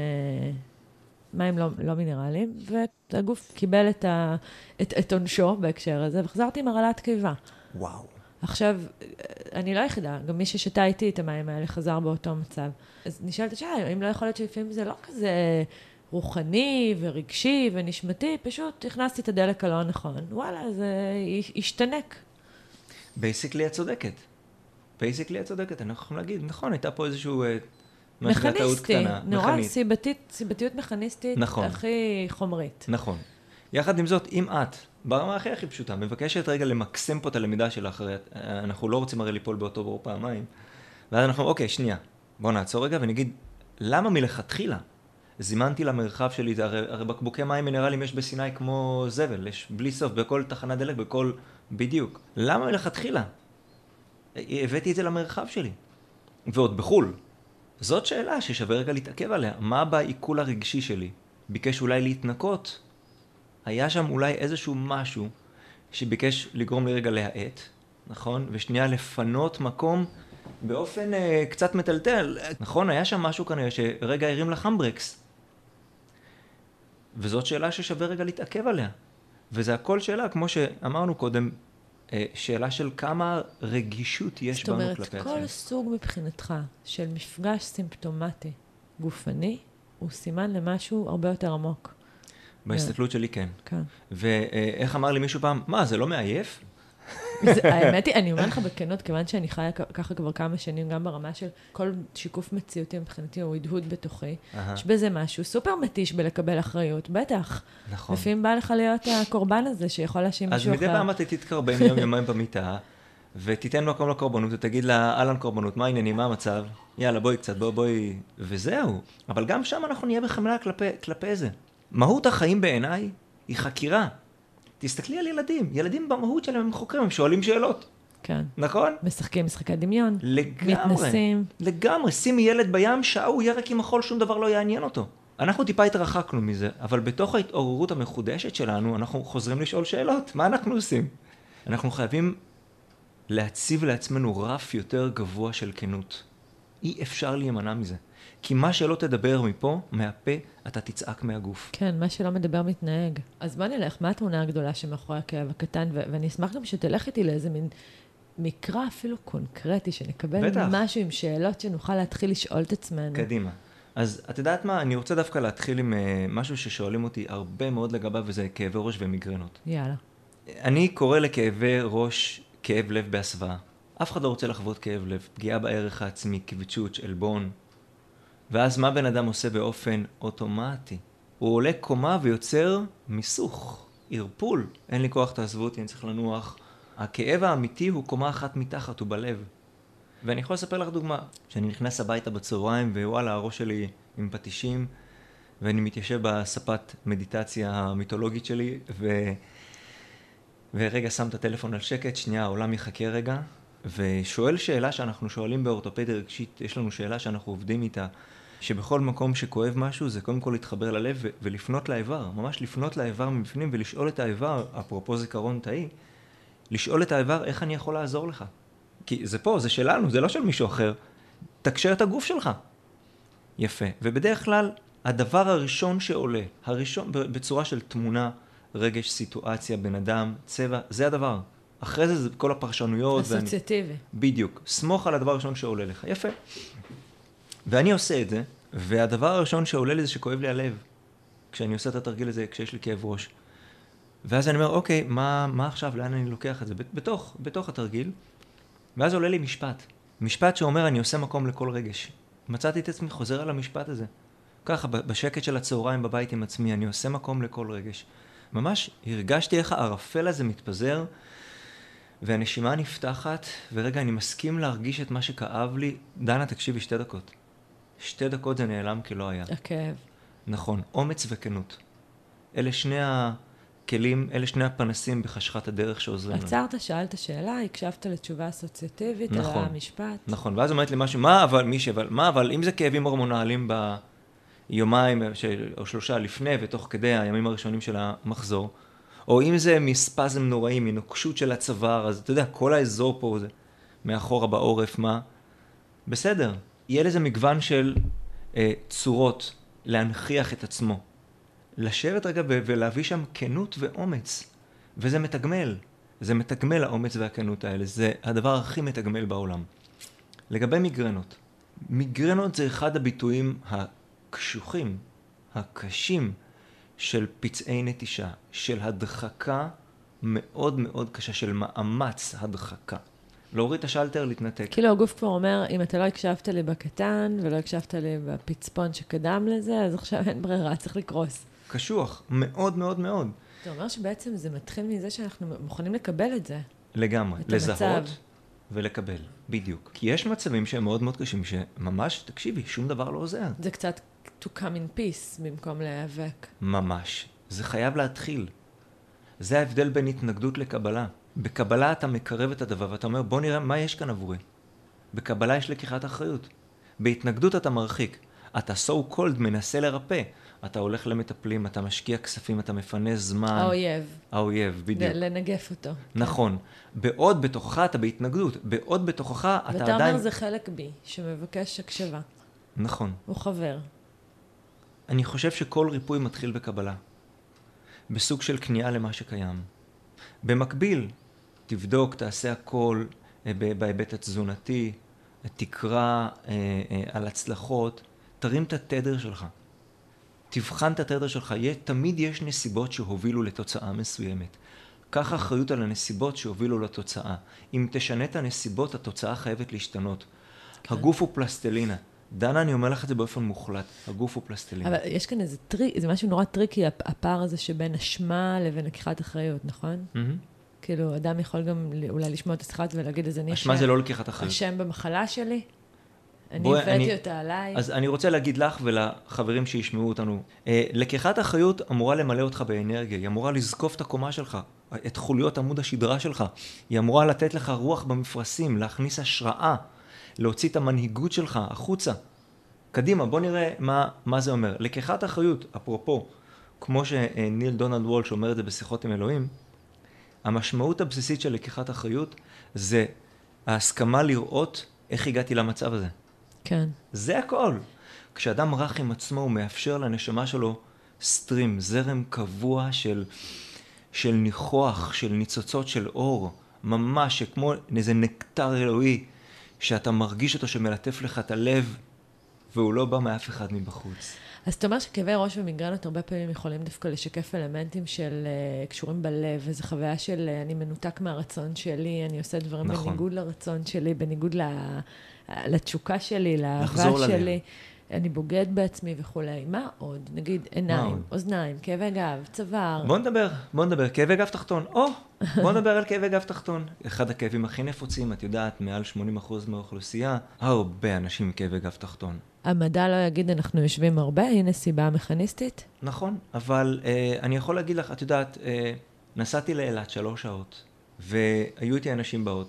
מים לא, לא מינרליים, והגוף קיבל את, ה, את, את עונשו בהקשר הזה, וחזרתי עם הרעלת קיבה. וואו. עכשיו, אני לא יחידה, גם מי ששתה איתי את המים האלה חזר באותו מצב. אז נשאלת את שאלה, אם לא יכול להיות שלפעמים זה לא כזה רוחני ורגשי ונשמתי, פשוט הכנסתי את הדלק הלא נכון. וואלה, זה ישתנק. בייסיקלי את צודקת. בייסיקלי את צודקת, אנחנו יכולים להגיד, נכון, הייתה פה איזשהו... מכניסטי, נורא סיבתית, סיבתיות מכניסטית נכון. הכי חומרית. נכון. יחד עם זאת, אם את, ברמה הכי הכי פשוטה, מבקשת רגע למקסם פה את הלמידה של האחרת, אנחנו לא רוצים הרי ליפול באותו בור פעמיים, ואז אנחנו, אוקיי, שנייה, בוא נעצור רגע ונגיד, למה מלכתחילה זימנתי למרחב שלי, זה הרי, הרי בקבוקי מים מינרליים יש בסיני כמו זבל, יש בלי סוף, בכל תחנת דלק, בכל, בדיוק. למה מלכתחילה? הבאתי את זה למרחב שלי. ועוד בחול. זאת שאלה ששווה רגע להתעכב עליה. מה בעיכול הרגשי שלי? ביקש אולי להתנקות? היה שם אולי איזשהו משהו שביקש לגרום לי רגע להאט, נכון? ושנייה לפנות מקום באופן אה, קצת מטלטל. נכון, היה שם משהו כנראה שרגע הרים לך אמברקס. וזאת שאלה ששווה רגע להתעכב עליה. וזה הכל שאלה, כמו שאמרנו קודם, שאלה של כמה רגישות יש בנו כלפי עצמנו. זאת אומרת, כל סוג מבחינתך של מפגש סימפטומטי גופני, הוא סימן למשהו הרבה יותר עמוק. בהסתכלות שלי כן. כן. ואיך אמר לי מישהו פעם, מה, זה לא מעייף? האמת היא, אני אומר לך בכנות, כיוון שאני חיה ככה כבר כמה שנים, גם ברמה של כל שיקוף מציאותי מבחינתי, הוא הדהוד בתוכי, יש בזה משהו סופר מתיש בלקבל אחריות, בטח. נכון. לפעמים בא לך להיות הקורבן הזה, שיכול להאשים מישהו אחר. אז מדי פעם אתה תתקרבן יום יומיים במיטה, ותיתן מקום לקורבנות, ותגיד לה, אהלן קורבנות, מה העניינים, מה המצב? יאללה, בואי קצת, בואי, בואי, וזהו. אבל גם שם אנחנו נהיה בחמלה כלפי, כלפי זה. מהות החיים בעיניי היא חקירה. תסתכלי על ילדים. ילדים במהות שלהם הם חוקרים, הם שואלים שאלות. כן. נכון? משחקים משחקי דמיון. לגמרי. מתנסים. לגמרי. שימי ילד בים, שעה הוא ירק עם החול, שום דבר לא יעניין אותו. אנחנו טיפה התרחקנו מזה, אבל בתוך ההתעוררות המחודשת שלנו, אנחנו חוזרים לשאול שאלות. מה אנחנו עושים? אנחנו חייבים להציב לעצמנו רף יותר גבוה של כנות. אי אפשר להימנע מזה. כי מה שלא תדבר מפה, מהפה, אתה תצעק מהגוף. כן, מה שלא מדבר מתנהג. אז בוא נלך, מה התמונה הגדולה שמאחורי הכאב הקטן, ו- ואני אשמח גם שתלך איתי לאיזה מין מקרא אפילו קונקרטי, שנקבל בטח. משהו עם שאלות שנוכל להתחיל לשאול את עצמנו. קדימה. אז את יודעת מה? אני רוצה דווקא להתחיל עם uh, משהו ששואלים אותי הרבה מאוד לגביו, וזה כאבי ראש ומיגרנות. יאללה. אני קורא לכאבי ראש כאב לב בהסוואה. אף אחד לא רוצה לחוות כאב לב, פגיעה בערך העצמי, כבצ'וץ', אלבון. ואז מה בן אדם עושה באופן אוטומטי? הוא עולה קומה ויוצר מיסוך, ערפול. אין לי כוח, תעזבו אותי, אני צריך לנוח. הכאב האמיתי הוא קומה אחת מתחת, הוא בלב. ואני יכול לספר לך דוגמה, שאני נכנס הביתה בצהריים, ווואלה, הראש שלי עם פטישים, ואני מתיישב בספת מדיטציה המיתולוגית שלי, ו... ורגע שם את הטלפון על שקט, שנייה, העולם יחכה רגע, ושואל שאלה שאנחנו שואלים באורתופדיה רגשית, יש לנו שאלה שאנחנו עובדים איתה, שבכל מקום שכואב משהו, זה קודם כל להתחבר ללב ו- ולפנות לאיבר, ממש לפנות לאיבר מבפנים ולשאול את האיבר, אפרופו זיכרון תאי, לשאול את האיבר איך אני יכול לעזור לך. כי זה פה, זה שלנו, זה לא של מישהו אחר. תקשר את הגוף שלך. יפה. ובדרך כלל, הדבר הראשון שעולה, הראשון, בצורה של תמונה, רגש, סיטואציה, בן אדם, צבע, זה הדבר. אחרי זה זה כל הפרשנויות. אסוציאטיבי. ואני... בדיוק. סמוך על הדבר הראשון שעולה לך. יפה. ואני עושה את זה, והדבר הראשון שעולה לי זה שכואב לי הלב. כשאני עושה את התרגיל הזה, כשיש לי כאב ראש. ואז אני אומר, אוקיי, מה, מה עכשיו, לאן אני לוקח את זה? בתוך, בתוך התרגיל. ואז עולה לי משפט. משפט שאומר, אני עושה מקום לכל רגש. מצאתי את עצמי חוזר על המשפט הזה. ככה, בשקט של הצהריים בבית עם עצמי, אני עושה מקום לכל רגש. ממש הרגשתי איך הערפל הזה מתפזר, והנשימה נפתחת, ורגע אני מסכים להרגיש את מה שכאב לי. דנה, תקשיבי, שתי דקות. שתי דקות זה נעלם כי לא היה. הכאב. נכון, אומץ וכנות. אלה שני הכלים, אלה שני הפנסים בחשכת הדרך שעוזרים לנו. עצרת, שאלת שאלה, הקשבת לתשובה אסוציאטיבית, נכון, על המשפט. נכון, ואז אומרת לי משהו, מה אבל, מי שבל, מה אבל, אם זה כאבים הורמונליים ביומיים או שלושה לפני ותוך כדי הימים הראשונים של המחזור, או אם זה מספזם נוראים, מנוקשות של הצוואר, אז אתה יודע, כל האזור פה זה מאחורה בעורף, מה? בסדר, יהיה לזה מגוון של אה, צורות להנכיח את עצמו. לשבת רגע ולהביא שם כנות ואומץ, וזה מתגמל. זה מתגמל האומץ והכנות האלה, זה הדבר הכי מתגמל בעולם. לגבי מיגרנות, מיגרנות זה אחד הביטויים הקשוחים, הקשים, של פצעי נטישה, של הדחקה מאוד מאוד קשה, של מאמץ הדחקה. להוריד את השלטר, להתנתק. כאילו הגוף כבר אומר, אם אתה לא הקשבת לי בקטן, ולא הקשבת לי בפצפון שקדם לזה, אז עכשיו אין ברירה, צריך לקרוס. קשוח, מאוד מאוד מאוד. אתה אומר שבעצם זה מתחיל מזה שאנחנו מוכנים לקבל את זה. לגמרי, את לזהות המצב. ולקבל, בדיוק. כי יש מצבים שהם מאוד מאוד קשים, שממש, תקשיבי, שום דבר לא עוזר. זה קצת to come in peace במקום להיאבק. ממש. זה חייב להתחיל. זה ההבדל בין התנגדות לקבלה. בקבלה אתה מקרב את הדבר, ואתה אומר, בוא נראה מה יש כאן עבורי. בקבלה יש לקיחת אחריות. בהתנגדות אתה מרחיק. אתה so called מנסה לרפא. אתה הולך למטפלים, אתה משקיע כספים, אתה מפנה זמן. האויב. האויב, בדיוק. לנגף אותו. נכון. בעוד בתוכך אתה בהתנגדות. בעוד בתוכך אתה עדיין... ואתה אומר זה חלק בי, שמבקש הקשבה. נכון. הוא חבר. אני חושב שכל ריפוי מתחיל בקבלה. בסוג של כניעה למה שקיים. במקביל, תבדוק, תעשה הכל בהיבט התזונתי, תקרא אה, אה, על הצלחות, תרים את התדר שלך. תבחן את התדר שלך. תמיד יש נסיבות שהובילו לתוצאה מסוימת. קח אחריות על הנסיבות שהובילו לתוצאה. אם תשנה את הנסיבות, התוצאה חייבת להשתנות. כן. הגוף הוא פלסטלינה. דנה, אני אומר לך את זה באופן מוחלט. הגוף הוא פלסטלינה. אבל יש כאן איזה טריק, זה משהו נורא טריקי, הפער הזה שבין אשמה לבין לקיחת אחריות, נכון? Mm-hmm. כאילו, אדם יכול גם אולי לשמוע את השיחה ולהגיד, אז אני אשמה זה לא לקיחת אחריות. אשם במחלה שלי, אני הבאתי אותה עליי. אז אני רוצה להגיד לך ולחברים שישמעו אותנו, לקיחת אחריות אמורה למלא אותך באנרגיה, היא אמורה לזקוף את הקומה שלך, את חוליות עמוד השדרה שלך, היא אמורה לתת לך רוח במפרשים, להכניס השראה, להוציא את המנהיגות שלך החוצה. קדימה, בוא נראה מה, מה זה אומר. לקיחת אחריות, אפרופו, כמו שניל דונלד וולש אומר את זה בשיחות עם אלוהים, המשמעות הבסיסית של לקיחת אחריות זה ההסכמה לראות איך הגעתי למצב הזה. כן. זה הכל. כשאדם רך עם עצמו, הוא מאפשר לנשמה שלו סטרים, זרם קבוע של, של ניחוח, של ניצוצות של אור, ממש כמו איזה נקטר אלוהי, שאתה מרגיש אותו שמלטף לך את הלב, והוא לא בא מאף אחד מבחוץ. אז אתה אומר שכאבי ראש ומיגרנות הרבה פעמים יכולים דווקא לשקף אלמנטים של uh, קשורים בלב, וזו חוויה של uh, אני מנותק מהרצון שלי, אני עושה דברים נכון. בניגוד לרצון שלי, בניגוד ל, לתשוקה שלי, לאהבה שלי. ללב. אני בוגד בעצמי וכולי. מה עוד? נגיד עיניים, אוזניים, כאבי גב, צוואר. בוא נדבר, בוא נדבר. כאבי גב תחתון. או, בוא נדבר על כאבי גב תחתון. אחד הכאבים הכי נפוצים, את יודעת, מעל שמונים אחוז מהאוכלוסייה, הרבה אנשים עם כאבי גב תחתון. המדע לא יגיד, אנחנו יושבים הרבה, הנה סיבה מכניסטית. נכון, אבל אה, אני יכול להגיד לך, את יודעת, אה, נסעתי לאילת שלוש שעות, והיו איתי אנשים באוטו.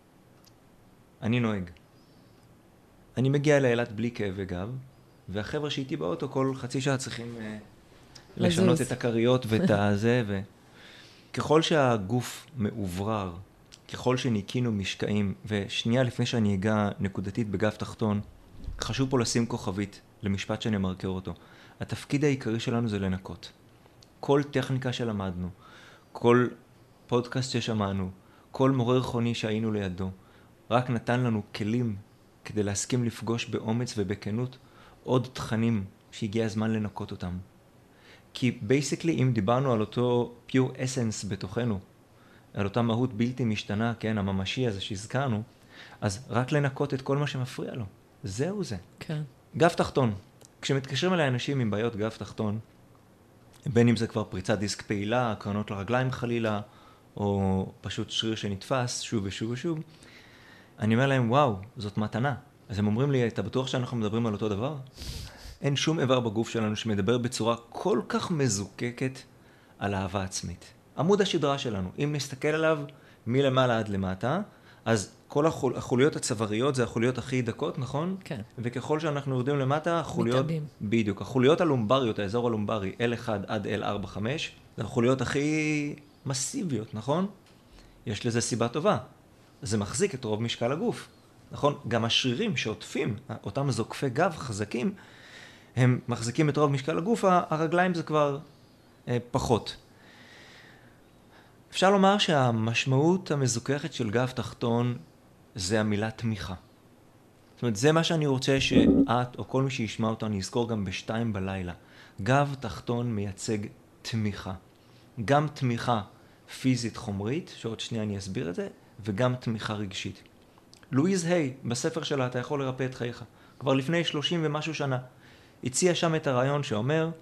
אני נוהג. אני מגיע לאילת בלי כאבי גב, והחבר'ה שאיתי באוטו כל חצי שעה צריכים אה, לשנות את הקריות ואת הזה, וככל שהגוף מעוברר, ככל שניקינו משקעים, ושנייה לפני שאני אגע נקודתית בגב תחתון, חשוב פה לשים כוכבית למשפט שאני מרקר אותו. התפקיד העיקרי שלנו זה לנקות. כל טכניקה שלמדנו, כל פודקאסט ששמענו, כל מורה רוחני שהיינו לידו, רק נתן לנו כלים כדי להסכים לפגוש באומץ ובכנות עוד תכנים שהגיע הזמן לנקות אותם. כי בייסיקלי, אם דיברנו על אותו pure essence בתוכנו, על אותה מהות בלתי משתנה, כן, הממשי הזה שהזכרנו, אז רק לנקות את כל מה שמפריע לו. זהו זה. כן. גב תחתון. כשמתקשרים אליי אנשים עם בעיות גב תחתון, בין אם זה כבר פריצת דיסק פעילה, קרנות לרגליים חלילה, או פשוט שריר שנתפס שוב ושוב ושוב, אני אומר להם, וואו, זאת מתנה. אז הם אומרים לי, אתה בטוח שאנחנו מדברים על אותו דבר? אין שום איבר בגוף שלנו שמדבר בצורה כל כך מזוקקת על אהבה עצמית. עמוד השדרה שלנו, אם נסתכל עליו מלמעלה עד למטה, אז כל החול, החוליות הצוואריות זה החוליות הכי דקות, נכון? כן. וככל שאנחנו יורדים למטה, החוליות... מתאבים. בדיוק. החוליות הלומבריות, האזור הלומברי, אל אחד עד אל ארבע חמש, זה החוליות הכי מסיביות, נכון? יש לזה סיבה טובה. זה מחזיק את רוב משקל הגוף. נכון? גם השרירים שעוטפים, אותם זוקפי גב חזקים, הם מחזיקים את רוב משקל הגוף, הרגליים זה כבר אה, פחות. אפשר לומר שהמשמעות המזוכחת של גב תחתון זה המילה תמיכה. זאת אומרת, זה מה שאני רוצה שאת או כל מי שישמע אותנו יזכור גם בשתיים בלילה. גב תחתון מייצג תמיכה. גם תמיכה פיזית חומרית, שעוד שנייה אני אסביר את זה, וגם תמיכה רגשית. לואיז היי, בספר שלה אתה יכול לרפא את חייך. כבר לפני שלושים ומשהו שנה, הציע שם את הרעיון שאומר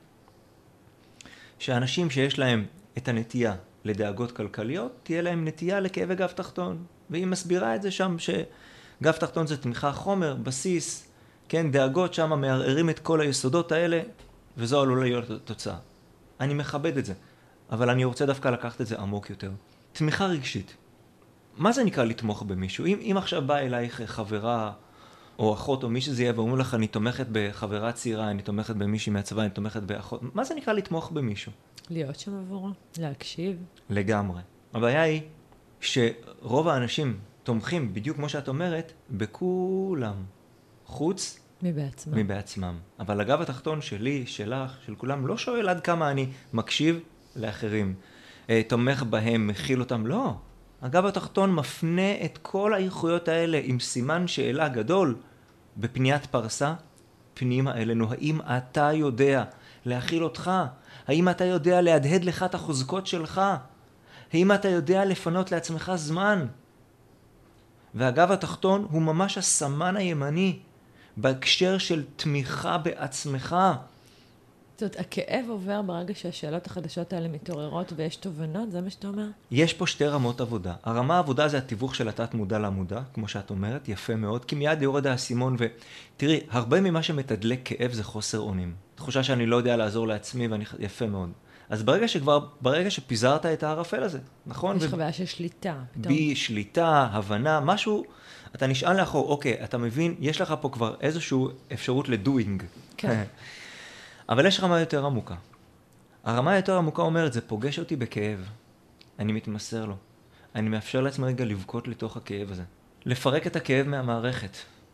שאנשים שיש להם את הנטייה לדאגות כלכליות, תהיה להם נטייה לכאבי גב תחתון. והיא מסבירה את זה שם שגב תחתון זה תמיכה חומר, בסיס, כן, דאגות שם מערערים את כל היסודות האלה, וזו עלולה להיות התוצאה. אני מכבד את זה, אבל אני רוצה דווקא לקחת את זה עמוק יותר. תמיכה רגשית. מה זה נקרא לתמוך במישהו? אם, אם עכשיו באה אלייך חברה או אחות או מי שזה יהיה, ואומרים לך, אני תומכת בחברה צעירה, אני תומכת במישהי מהצבא, אני תומכת באחות, מה זה נקרא לתמוך במישהו? להיות שם עבורו, להקשיב. לגמרי. הבעיה היא שרוב האנשים תומכים, בדיוק כמו שאת אומרת, בכולם, חוץ מבעצמם. מבעצמם. אבל הגב התחתון שלי, שלך, של כולם, לא שואל עד כמה אני מקשיב לאחרים, תומך בהם, מכיל אותם, לא. הגב התחתון מפנה את כל האיכויות האלה עם סימן שאלה גדול בפניית פרסה, פנימה אלינו. האם אתה יודע להכיל אותך? האם אתה יודע להדהד לך את החוזקות שלך? האם אתה יודע לפנות לעצמך זמן? והגב התחתון הוא ממש הסמן הימני בהקשר של תמיכה בעצמך. זאת אומרת, הכאב עובר ברגע שהשאלות החדשות האלה מתעוררות ויש תובנות, זה מה שאתה אומר? יש פה שתי רמות עבודה. הרמה העבודה זה התיווך של התת מודע למודע, כמו שאת אומרת, יפה מאוד, כי מיד יורד האסימון ותראי, הרבה ממה שמתדלק כאב זה חוסר אונים. תחושה שאני לא יודע לעזור לעצמי ואני יפה מאוד. אז ברגע שכבר, ברגע שפיזרת את הערפל הזה, נכון? יש ו... חוויה של שליטה. פתאום. בי, שליטה, הבנה, משהו, אתה נשען לאחור, אוקיי, אתה מבין, יש לך פה כבר איזושהי אפשרות לדוינג. כן. אבל יש רמה יותר עמוקה. הרמה יותר עמוקה אומרת, זה פוגש אותי בכאב. אני מתמסר לו. אני מאפשר לעצמי רגע לבכות לתוך הכאב הזה. לפרק את הכאב מהמערכת.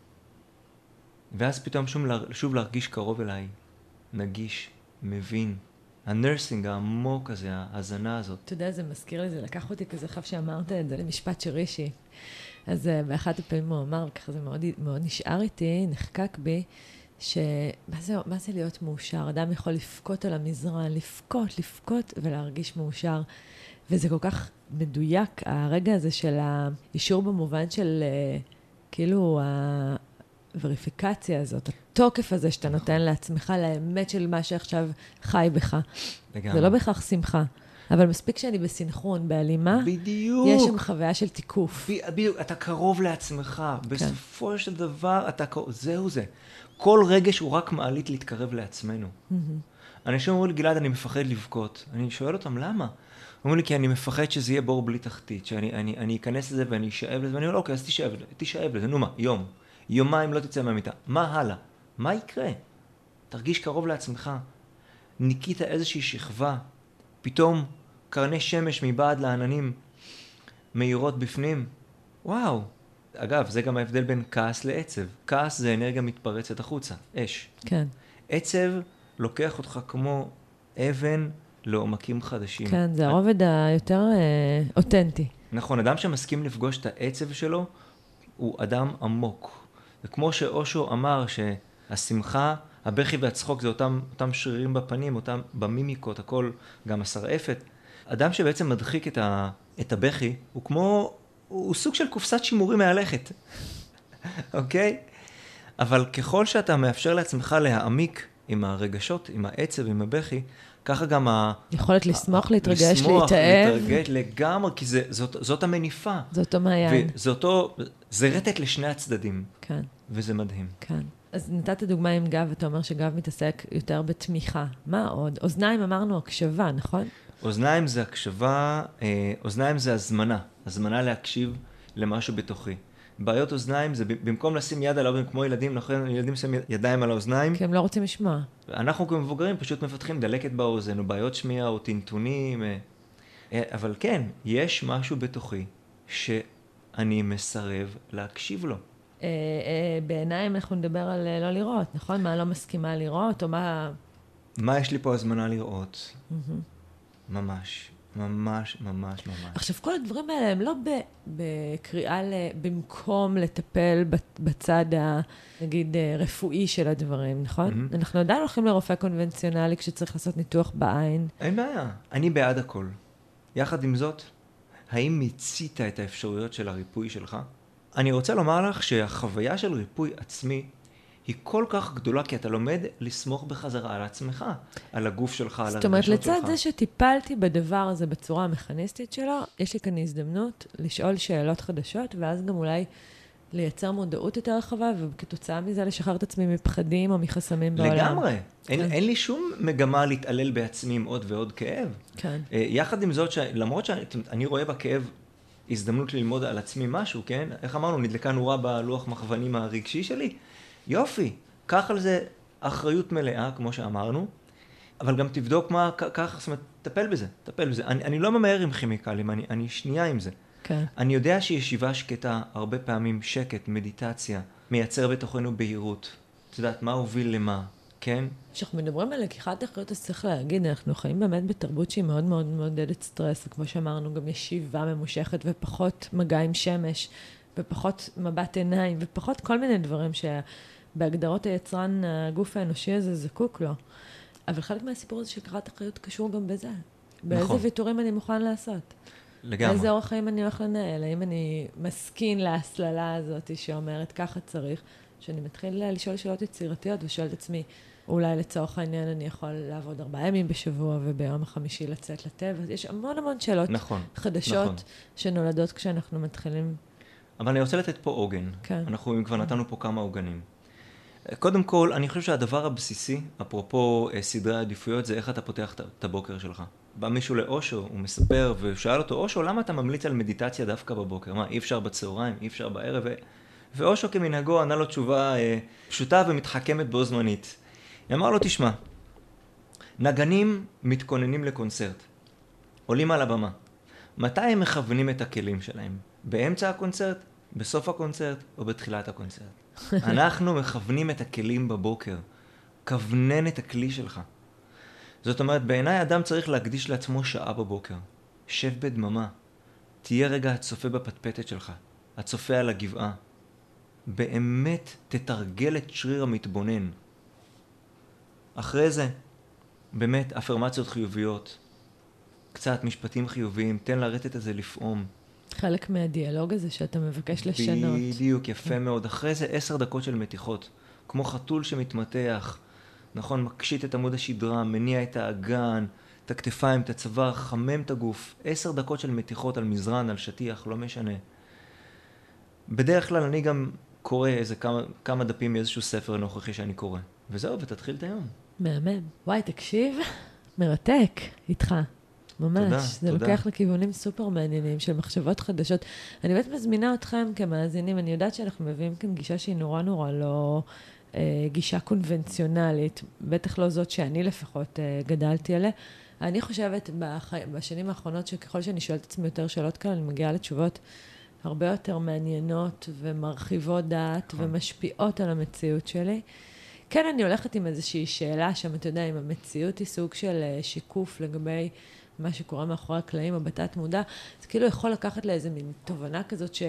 ואז פתאום שוב, שוב להרגיש קרוב אליי. נגיש, מבין. הנרסינג העמוק הזה, ההזנה הזאת. אתה יודע, זה מזכיר לי, זה לקח אותי כזה חב שאמרת את זה למשפט של רישי. אז באחת הפעמים הוא אמר, ככה זה מאוד, מאוד נשאר איתי, נחקק בי, שמה זה, מה זה להיות מאושר? אדם יכול לפקות על המזרן, לפקות, לפקות ולהרגיש מאושר. וזה כל כך מדויק, הרגע הזה של האישור במובן של כאילו הווריפיקציה הזאת, התוקף הזה שאתה נותן לעצמך, לאמת של מה שעכשיו חי בך. לגמרי. זה לא בהכרח שמחה. אבל מספיק שאני בסינכרון, בהלימה, בדיוק. יש שם חוויה של תיקוף. בדיוק, אתה קרוב לעצמך. כן. בסופו של דבר, אתה קרוב, זהו זה. כל רגש הוא רק מעלית להתקרב לעצמנו. Mm-hmm. אנשים אומרים לי, גלעד, אני מפחד לבכות. אני שואל אותם, למה? אומרים לי, כי אני מפחד שזה יהיה בור בלי תחתית, שאני אני, אני אכנס לזה ואני אשאב לזה, ואני אומר, אוקיי, אז תשאב, תשאב לזה, נו מה, יום. יומיים לא תצא מהמיטה. מה הלאה? מה יקרה? תרגיש קרוב לעצמך. ניקית איזושהי שכבה, פתאום קרני שמש מבעד לעננים מהירות בפנים. וואו. אגב, זה גם ההבדל בין כעס לעצב. כעס זה אנרגיה מתפרצת החוצה, אש. כן. עצב לוקח אותך כמו אבן לעומקים חדשים. כן, זה הרובד היותר אה, אותנטי. נכון, אדם שמסכים לפגוש את העצב שלו, הוא אדם עמוק. וכמו שאושו אמר שהשמחה הבכי והצחוק זה אותם, אותם שרירים בפנים, אותם במימיקות, הכל, גם השרעפת. אדם שבעצם מדחיק את, ה, את הבכי, הוא כמו, הוא, הוא סוג של קופסת שימורים מהלכת. אוקיי? אבל ככל שאתה מאפשר לעצמך להעמיק עם הרגשות, עם העצב, עם הבכי, ככה גם ה... יכולת לשמוח, להתרגש, לשמוח, להתאהב. להתרגש לגמרי, כי זה, זאת, זאת המניפה. זה אותו מעיין. וזה אותו, זה רטט לשני הצדדים. כן. וזה מדהים. כן. אז נתת דוגמה עם גב, אתה אומר שגב מתעסק יותר בתמיכה. מה עוד? אוזניים אמרנו הקשבה, נכון? אוזניים זה הקשבה, אוזניים זה הזמנה. הזמנה להקשיב למשהו בתוכי. בעיות אוזניים זה במקום לשים יד על האוזניים, כמו ילדים, נכון? ילדים שמים ידיים על האוזניים. כי הם לא רוצים לשמוע. אנחנו כמבוגרים פשוט מפתחים דלקת באוזן, או בעיות שמיעה, או טינטונים. אבל כן, יש משהו בתוכי שאני מסרב להקשיב לו. בעיניים אנחנו נדבר על לא לראות, נכון? מה לא מסכימה לראות, או מה... מה יש לי פה הזמנה לראות? ממש. ממש, ממש, ממש. עכשיו, כל הדברים האלה הם לא בקריאה במקום לטפל בצד, נגיד, רפואי של הדברים, נכון? אנחנו עדיין הולכים לרופא קונבנציונלי כשצריך לעשות ניתוח בעין. אין בעיה. אני בעד הכל. יחד עם זאת, האם מיצית את האפשרויות של הריפוי שלך? אני רוצה לומר לך שהחוויה של ריפוי עצמי היא כל כך גדולה, כי אתה לומד לסמוך בחזרה על עצמך, על הגוף שלך, על הרגשות שלך. זאת אומרת, לצד זה שטיפלתי בדבר הזה בצורה המכניסטית שלו, יש לי כאן הזדמנות לשאול שאלות חדשות, ואז גם אולי לייצר מודעות יותר רחבה, וכתוצאה מזה לשחרר את עצמי מפחדים או מחסמים בעולם. לגמרי. אין, אין לי שום מגמה להתעלל בעצמי עם עוד ועוד כאב. כן. יחד עם זאת, למרות שאני רואה בכאב הזדמנות ללמוד על עצמי משהו, כן? איך אמרנו, נדלקה נורה בלוח מכוונים הרגשי שלי? יופי, קח על זה אחריות מלאה, כמו שאמרנו, אבל גם תבדוק מה, כך, זאת אומרת, טפל בזה, טפל בזה. אני, אני לא ממהר עם כימיקלים, אני, אני שנייה עם זה. כן. אני יודע שישיבה שקטה, הרבה פעמים שקט, מדיטציה, מייצר בתוכנו בהירות. את יודעת, מה הוביל למה, כן? כשאנחנו מדברים על לקיחת אחריות, אז צריך להגיד, אנחנו חיים באמת בתרבות שהיא מאוד מאוד מעודדת סטרס, וכמו שאמרנו, גם ישיבה ממושכת ופחות מגע עם שמש, ופחות מבט עיניים, ופחות כל מיני דברים שבהגדרות היצרן, הגוף האנושי הזה זקוק לו. אבל חלק מהסיפור הזה שקראת אחריות קשור גם בזה. באיזה נכון. ויתורים אני מוכן לעשות? לגמרי. איזה אורח חיים אני הולך לנהל? האם אני מסכין להסללה הזאת שאומרת ככה צריך, שאני מתחיל לשאול שאלות יצירתיות ושואל את עצמי, אולי לצורך העניין אני יכול לעבוד ארבעה ימים בשבוע וביום החמישי לצאת לטבע. יש המון המון שאלות נכון, חדשות נכון. שנולדות כשאנחנו מתחילים. אבל אני רוצה לתת פה עוגן. כן. אנחנו כבר נתנו פה כמה עוגנים. קודם כל, אני חושב שהדבר הבסיסי, אפרופו סדרי העדיפויות, זה איך אתה פותח את הבוקר שלך. בא מישהו לאושו, הוא מספר ושאל אותו, אושו, למה אתה ממליץ על מדיטציה דווקא בבוקר? מה, אי אפשר בצהריים, אי אפשר בערב? ואושו כמנהגו ענה לו תשובה אה, פשוטה ומתחכמת בו זמנית. היא אמר לו, תשמע, נגנים מתכוננים לקונצרט, עולים על הבמה. מתי הם מכוונים את הכלים שלהם? באמצע הקונצרט, בסוף הקונצרט או בתחילת הקונצרט? אנחנו מכוונים את הכלים בבוקר. כוונן את הכלי שלך. זאת אומרת, בעיניי אדם צריך להקדיש לעצמו שעה בבוקר. שב בדממה. תהיה רגע הצופה בפטפטת שלך. הצופה על הגבעה. באמת תתרגל את שריר המתבונן. אחרי זה, באמת אפרמציות חיוביות. קצת משפטים חיוביים. תן לרטט הזה לפעום. חלק מהדיאלוג הזה שאתה מבקש לשנות. בדיוק, יפה מאוד. אחרי זה עשר דקות של מתיחות. כמו חתול שמתמתח. נכון, מקשיט את עמוד השדרה, מניע את האגן, את הכתפיים, את הצוואר, חמם את הגוף. עשר דקות של מתיחות על מזרן, על שטיח, לא משנה. בדרך כלל אני גם קורא איזה כמה, כמה דפים מאיזשהו ספר נוכחי שאני קורא. וזהו, ותתחיל את היום. מהמם. וואי, תקשיב, מרתק איתך. ממש. תודה, זה תודה. לוקח לכיוונים סופר מעניינים של מחשבות חדשות. אני באמת מזמינה אתכם כמאזינים, אני יודעת שאנחנו מביאים כאן גישה שהיא נורא נורא לא אה, גישה קונבנציונלית, בטח לא זאת שאני לפחות אה, גדלתי עליה. אני חושבת בח... בשנים האחרונות שככל שאני שואלת עצמי יותר שאלות כאלה, אני מגיעה לתשובות הרבה יותר מעניינות ומרחיבות דעת ומשפיעות על המציאות שלי. כן, אני הולכת עם איזושהי שאלה שם, אתה יודע, אם המציאות היא סוג של שיקוף לגבי מה שקורה מאחורי הקלעים או בתת מודע, זה כאילו יכול לקחת לאיזה מין תובנה כזאת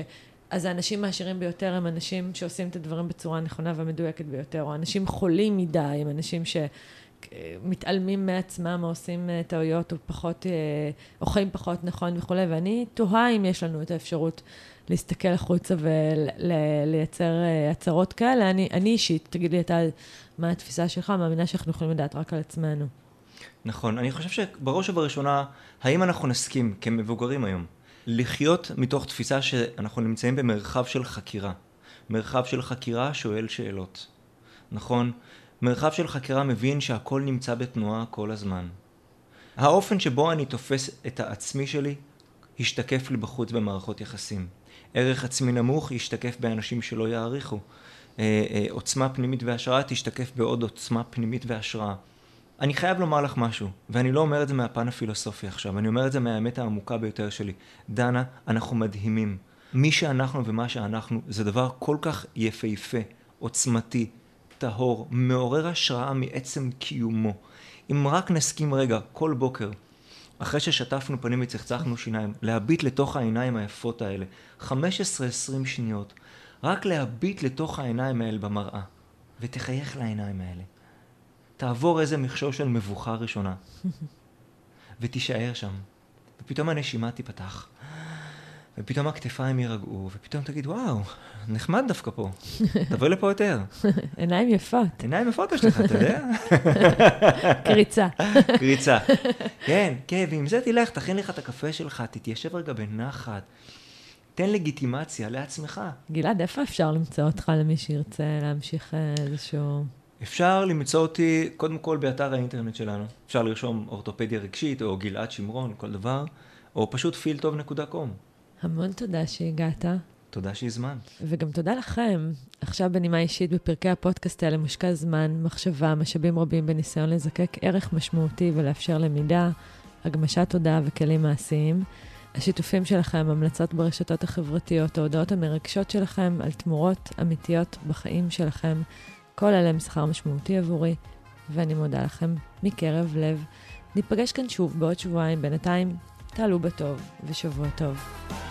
אז האנשים העשירים ביותר הם אנשים שעושים את הדברים בצורה נכונה והמדויקת ביותר, או אנשים חולים מדי, הם אנשים שמתעלמים מעצמם, או עושים טעויות, או פחות, או חיים פחות נכון וכו'. ואני תוהה אם יש לנו את האפשרות להסתכל החוצה ולייצר הצהרות כאלה. אני, אני אישית, תגיד לי אתה, מה התפיסה שלך? מאמינה שאנחנו יכולים לדעת רק על עצמנו. נכון, אני חושב שבראש ובראשונה, האם אנחנו נסכים כמבוגרים היום, לחיות מתוך תפיסה שאנחנו נמצאים במרחב של חקירה. מרחב של חקירה שואל שאלות. נכון? מרחב של חקירה מבין שהכל נמצא בתנועה כל הזמן. האופן שבו אני תופס את העצמי שלי, השתקף לי בחוץ במערכות יחסים. ערך עצמי נמוך ישתקף באנשים שלא יעריכו. עוצמה פנימית והשראה תשתקף בעוד עוצמה פנימית והשראה. אני חייב לומר לך משהו, ואני לא אומר את זה מהפן הפילוסופי עכשיו, אני אומר את זה מהאמת העמוקה ביותר שלי. דנה, אנחנו מדהימים. מי שאנחנו ומה שאנחנו זה דבר כל כך יפהפה, עוצמתי, טהור, מעורר השראה מעצם קיומו. אם רק נסכים רגע, כל בוקר, אחרי ששטפנו פנים וצחצחנו שיניים, להביט לתוך העיניים היפות האלה, חמש עשרה עשרים שניות, רק להביט לתוך העיניים האלה במראה, ותחייך לעיניים האלה. תעבור איזה מכשול של מבוכה ראשונה, ותישאר שם. ופתאום הנשימה תיפתח, ופתאום הכתפיים יירגעו, ופתאום תגיד, וואו, נחמד דווקא פה. תבוא לפה יותר. עיניים יפות. עיניים יפות יש לך, אתה יודע? קריצה. קריצה. כן, כן, ועם זה תלך, תכין לך את הקפה שלך, תתיישב רגע בנחת. תן לגיטימציה לעצמך. גלעד, איפה אפשר למצוא אותך למי שירצה להמשיך איזשהו... אפשר למצוא אותי קודם כל באתר האינטרנט שלנו. אפשר לרשום אורתופדיה רגשית או גלעד שמרון, כל דבר, או פשוט פיל טוב נקודה קום. המון תודה שהגעת. תודה שהזמנת. וגם תודה לכם. עכשיו בנימה אישית בפרקי הפודקאסט האלה מושקע זמן, מחשבה, משאבים רבים בניסיון לזקק ערך משמעותי ולאפשר למידה, הגמשת תודעה וכלים מעשיים. השיתופים שלכם, המלצות ברשתות החברתיות, ההודעות המרגשות שלכם על תמורות אמיתיות בחיים שלכם, כל אלה הם שכר משמעותי עבורי, ואני מודה לכם מקרב לב. ניפגש כאן שוב בעוד שבועיים, בינתיים תעלו בטוב ושבוע טוב.